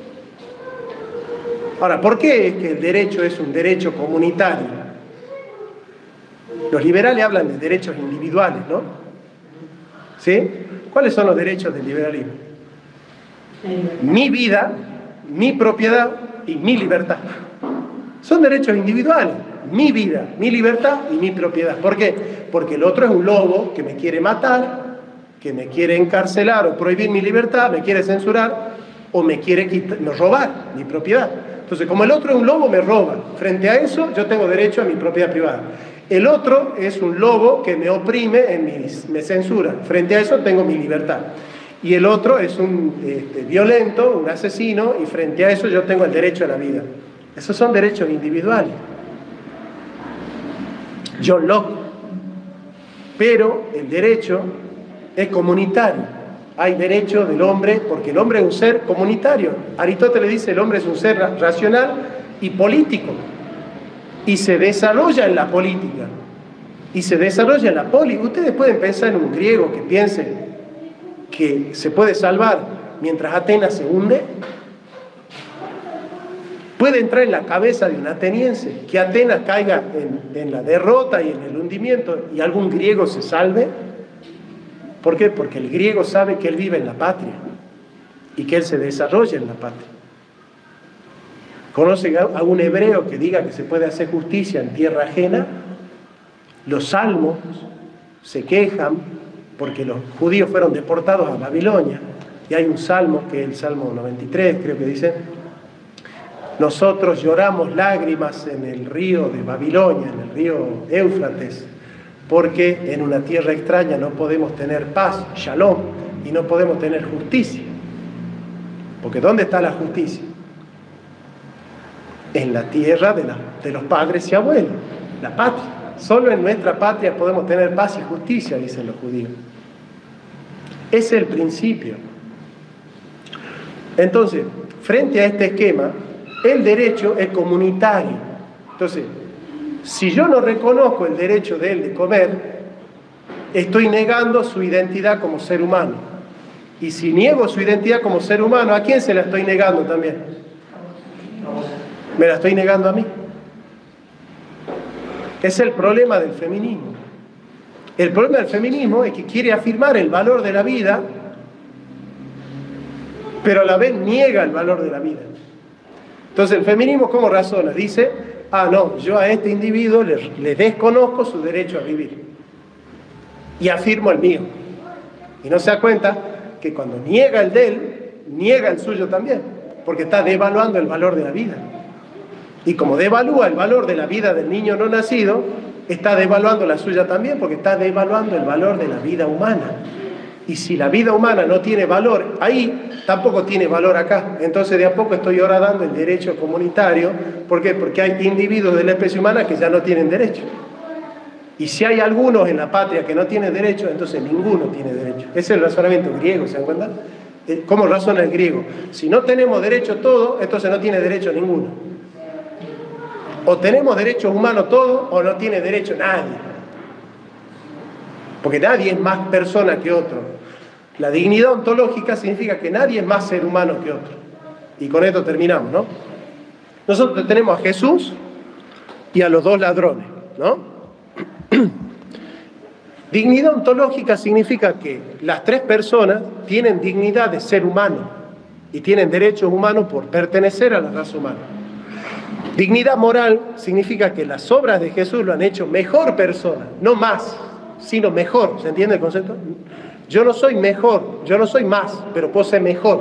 Ahora, ¿por qué es que el derecho es un derecho comunitario? Los liberales hablan de derechos individuales, ¿no? ¿Sí? ¿Cuáles son los derechos del liberalismo? Mi vida, mi propiedad y mi libertad. Son derechos individuales. Mi vida, mi libertad y mi propiedad. ¿Por qué? Porque el otro es un lobo que me quiere matar, que me quiere encarcelar o prohibir mi libertad, me quiere censurar o me quiere robar mi propiedad. Entonces, como el otro es un lobo, me roba. Frente a eso, yo tengo derecho a mi propiedad privada. El otro es un lobo que me oprime, me censura. Frente a eso, tengo mi libertad. Y el otro es un violento, un asesino, y frente a eso yo tengo el derecho a la vida. Esos son derechos individuales. John Locke. Pero el derecho es comunitario. Hay derecho del hombre, porque el hombre es un ser comunitario. Aristóteles dice el hombre es un ser racional y político. Y se desarrolla en la política. Y se desarrolla en la poli. Ustedes pueden pensar en un griego que piense que se puede salvar mientras Atenas se hunde. Puede entrar en la cabeza de un ateniense que Atenas caiga en la derrota y en el hundimiento y algún griego se salve. ¿Por qué? Porque el griego sabe que él vive en la patria y que él se desarrolla en la patria. ¿Conocen a un hebreo que diga que se puede hacer justicia en tierra ajena? Los salmos se quejan porque los judíos fueron deportados a Babilonia, y hay un salmo que es el Salmo 93, creo que dice: nosotros lloramos lágrimas en el río de Babilonia, en el río Éufrates, porque en una tierra extraña no podemos tener paz, shalom, y no podemos tener justicia. Porque ¿dónde está la justicia? En la tierra de los padres y abuelos, la patria. Solo en nuestra patria podemos tener paz y justicia, dicen los judíos. Ese es el principio. Entonces, frente a este esquema, el derecho es comunitario. Entonces, si yo no reconozco el derecho de él de comer, estoy negando su identidad como ser humano. Y si niego su identidad como ser humano, ¿a quién se la estoy negando también? ¿Me la estoy negando a mí? Es el problema del feminismo. El problema del feminismo es que quiere afirmar el valor de la vida, pero a la vez niega el valor de la vida. Entonces el feminismo, ¿cómo razona? Dice, no, yo a este individuo le desconozco su derecho a vivir y afirmo el mío. Y no se da cuenta que cuando niega el de él, niega el suyo también, porque está devaluando el valor de la vida. Y como devalúa el valor de la vida del niño no nacido, está devaluando la suya también, porque está devaluando el valor de la vida humana. Y si la vida humana no tiene valor ahí, tampoco tiene valor acá. Entonces de a poco estoy ahora dando el derecho comunitario. ¿Por qué? Porque hay individuos de la especie humana que ya no tienen derecho. Y si hay algunos en la patria que no tienen derecho, entonces ninguno tiene derecho. Ese es el razonamiento griego, ¿se dan cuenta? ¿Cómo razona el griego? Si no tenemos derecho todo, entonces no tiene derecho ninguno. O tenemos derechos humanos todos, o no tiene derecho nadie. Porque nadie es más persona que otro. La dignidad ontológica significa que nadie es más ser humano que otro. Y con esto terminamos, ¿no? Nosotros tenemos a Jesús y a los dos ladrones, ¿no? Dignidad ontológica significa que las tres personas tienen dignidad de ser humano y tienen derechos humanos por pertenecer a la raza humana. Dignidad moral significa que las obras de Jesús lo han hecho mejor persona, no más, sino mejor. ¿Se entiende el concepto? Yo no soy mejor, yo no soy más, pero puedo ser mejor.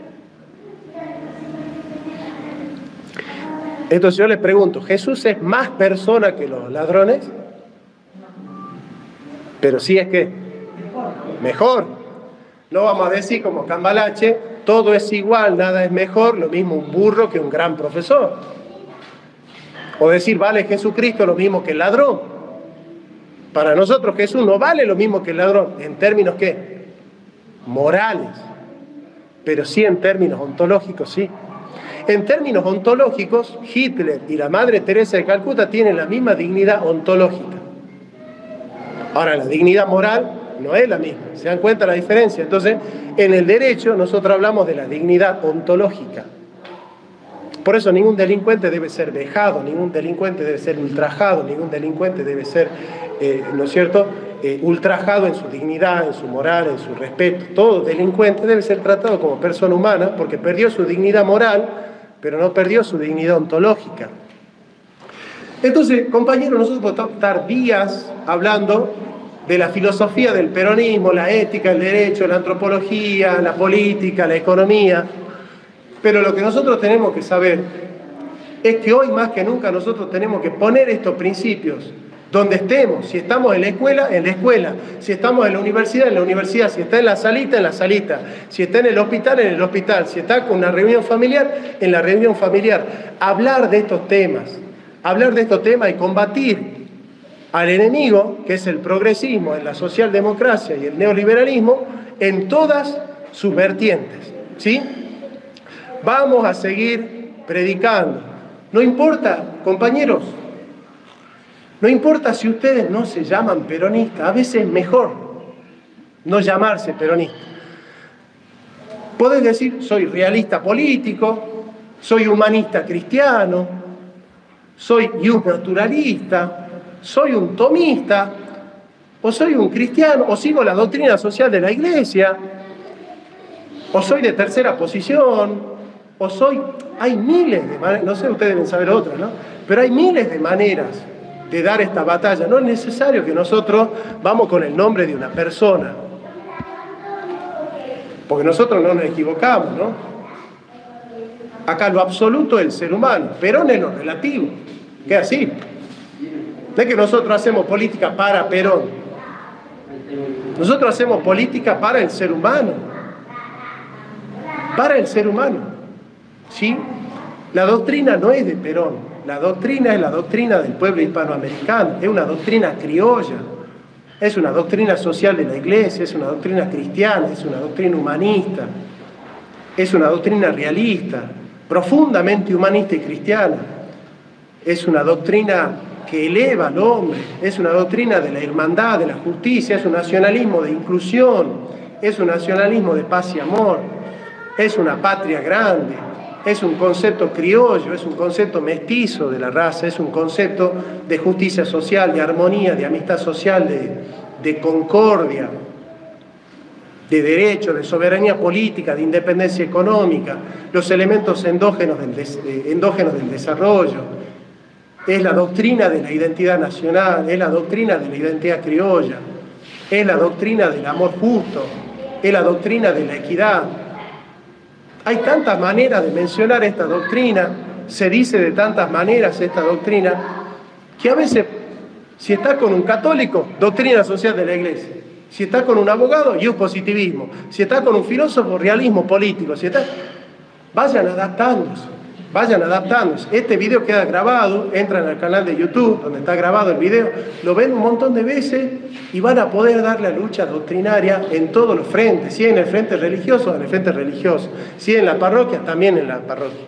Entonces yo les pregunto, ¿Jesús es más persona que los ladrones? Pero sí es que mejor. No vamos a decir como Cambalache, todo es igual, nada es mejor, lo mismo un burro que un gran profesor. O decir, vale Jesucristo lo mismo que el ladrón. Para nosotros Jesús no vale lo mismo que el ladrón. ¿En términos qué? Morales. Pero sí en términos ontológicos, sí. En términos ontológicos, Hitler y la Madre Teresa de Calcuta tienen la misma dignidad ontológica. Ahora, la dignidad moral no es la misma. ¿Se dan cuenta la diferencia? Entonces, en el derecho nosotros hablamos de la dignidad ontológica. Por eso ningún delincuente debe ser vejado, ningún delincuente debe ser ultrajado, ningún delincuente debe ser, ¿no es cierto?, ultrajado en su dignidad, en su moral, en su respeto. Todo delincuente debe ser tratado como persona humana porque perdió su dignidad moral, pero no perdió su dignidad ontológica. Entonces, compañeros, nosotros podemos estar días hablando de la filosofía del peronismo, la ética, el derecho, la antropología, la política, la economía. Pero lo que nosotros tenemos que saber es que hoy más que nunca nosotros tenemos que poner estos principios donde estemos. Si estamos en la escuela, en la escuela. Si estamos en la universidad, si está en la salita, si está en el hospital, si está con una reunión familiar, en la reunión familiar. Hablar de estos temas y combatir al enemigo, que es el progresismo, en la socialdemocracia y el neoliberalismo, en todas sus vertientes, ¿sí? Vamos a seguir predicando. No importa, compañeros, no importa si ustedes no se llaman peronistas, a veces es mejor no llamarse peronista. Podés decir, soy realista político, soy humanista cristiano, soy naturalista, soy un tomista, o soy un cristiano, o sigo la doctrina social de la iglesia, o soy de tercera posición, o soy... Hay miles de maneras, no sé, ustedes deben saber otras, ¿no? Pero hay miles de maneras de dar esta batalla. No es necesario que nosotros vamos con el nombre de una persona, porque nosotros no nos equivocamos, ¿no? Acá lo absoluto es el ser humano, Perón es lo relativo, que es así. No es que nosotros hacemos política para Perón, nosotros hacemos política para el ser humano, ¿sí? La doctrina no es de Perón, la doctrina es la doctrina del pueblo hispanoamericano, es una doctrina criolla, es una doctrina social de la iglesia, es una doctrina cristiana, es una doctrina humanista, es una doctrina realista, profundamente humanista y cristiana, es una doctrina que eleva al hombre, es una doctrina de la hermandad, de la justicia, es un nacionalismo de inclusión, es un nacionalismo de paz y amor, es una patria grande, es un concepto criollo, es un concepto mestizo de la raza, es un concepto de justicia social, de armonía, de amistad social, de concordia, de derecho, de soberanía política, de independencia económica, los elementos endógenos del desarrollo. Es la doctrina de la identidad nacional, es la doctrina de la identidad criolla, es la doctrina del amor justo, es la doctrina de la equidad. Hay tantas maneras de mencionar esta doctrina, se dice de tantas maneras esta doctrina, que a veces, si está con un católico, doctrina social de la Iglesia. Si está con un abogado, ius positivismo. Si está con un filósofo, realismo político. Si está... Vayan adaptándose, vayan adaptándose. Este video queda grabado, entran al canal de YouTube, donde está grabado el video, lo ven un montón de veces y van a poder dar la lucha doctrinaria en todos los frentes, si en el frente religioso, en el frente religioso, si en la parroquia, también en la parroquia.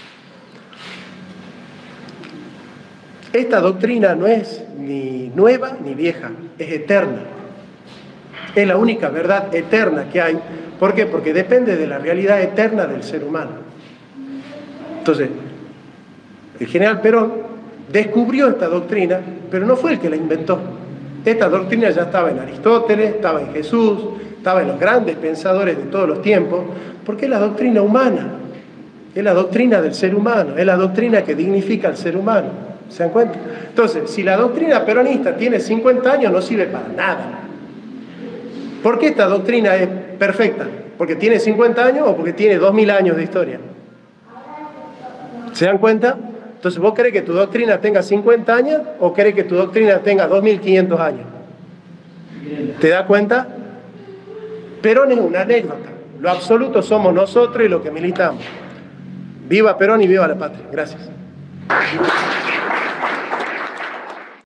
Esta doctrina no es ni nueva ni vieja, es eterna. Es la única verdad eterna que hay. ¿Por qué? Porque depende de la realidad eterna del ser humano. Entonces, el general Perón descubrió esta doctrina, pero no fue el que la inventó. Esta doctrina ya estaba en Aristóteles, estaba en Jesús, estaba en los grandes pensadores de todos los tiempos, porque es la doctrina humana, es la doctrina del ser humano, es la doctrina que dignifica al ser humano. ¿Se dan cuenta? Entonces, si la doctrina peronista tiene 50 años, no sirve para nada. ¿Por qué esta doctrina es perfecta? ¿Porque tiene 50 años o porque tiene 2000 años de historia? ¿Se dan cuenta? Entonces, ¿vos querés que tu doctrina tenga 50 años o querés que tu doctrina tenga 2500 años? ¿Te das cuenta? Perón es una anécdota. Lo absoluto somos nosotros y los que militamos. Viva Perón y viva la patria. Gracias.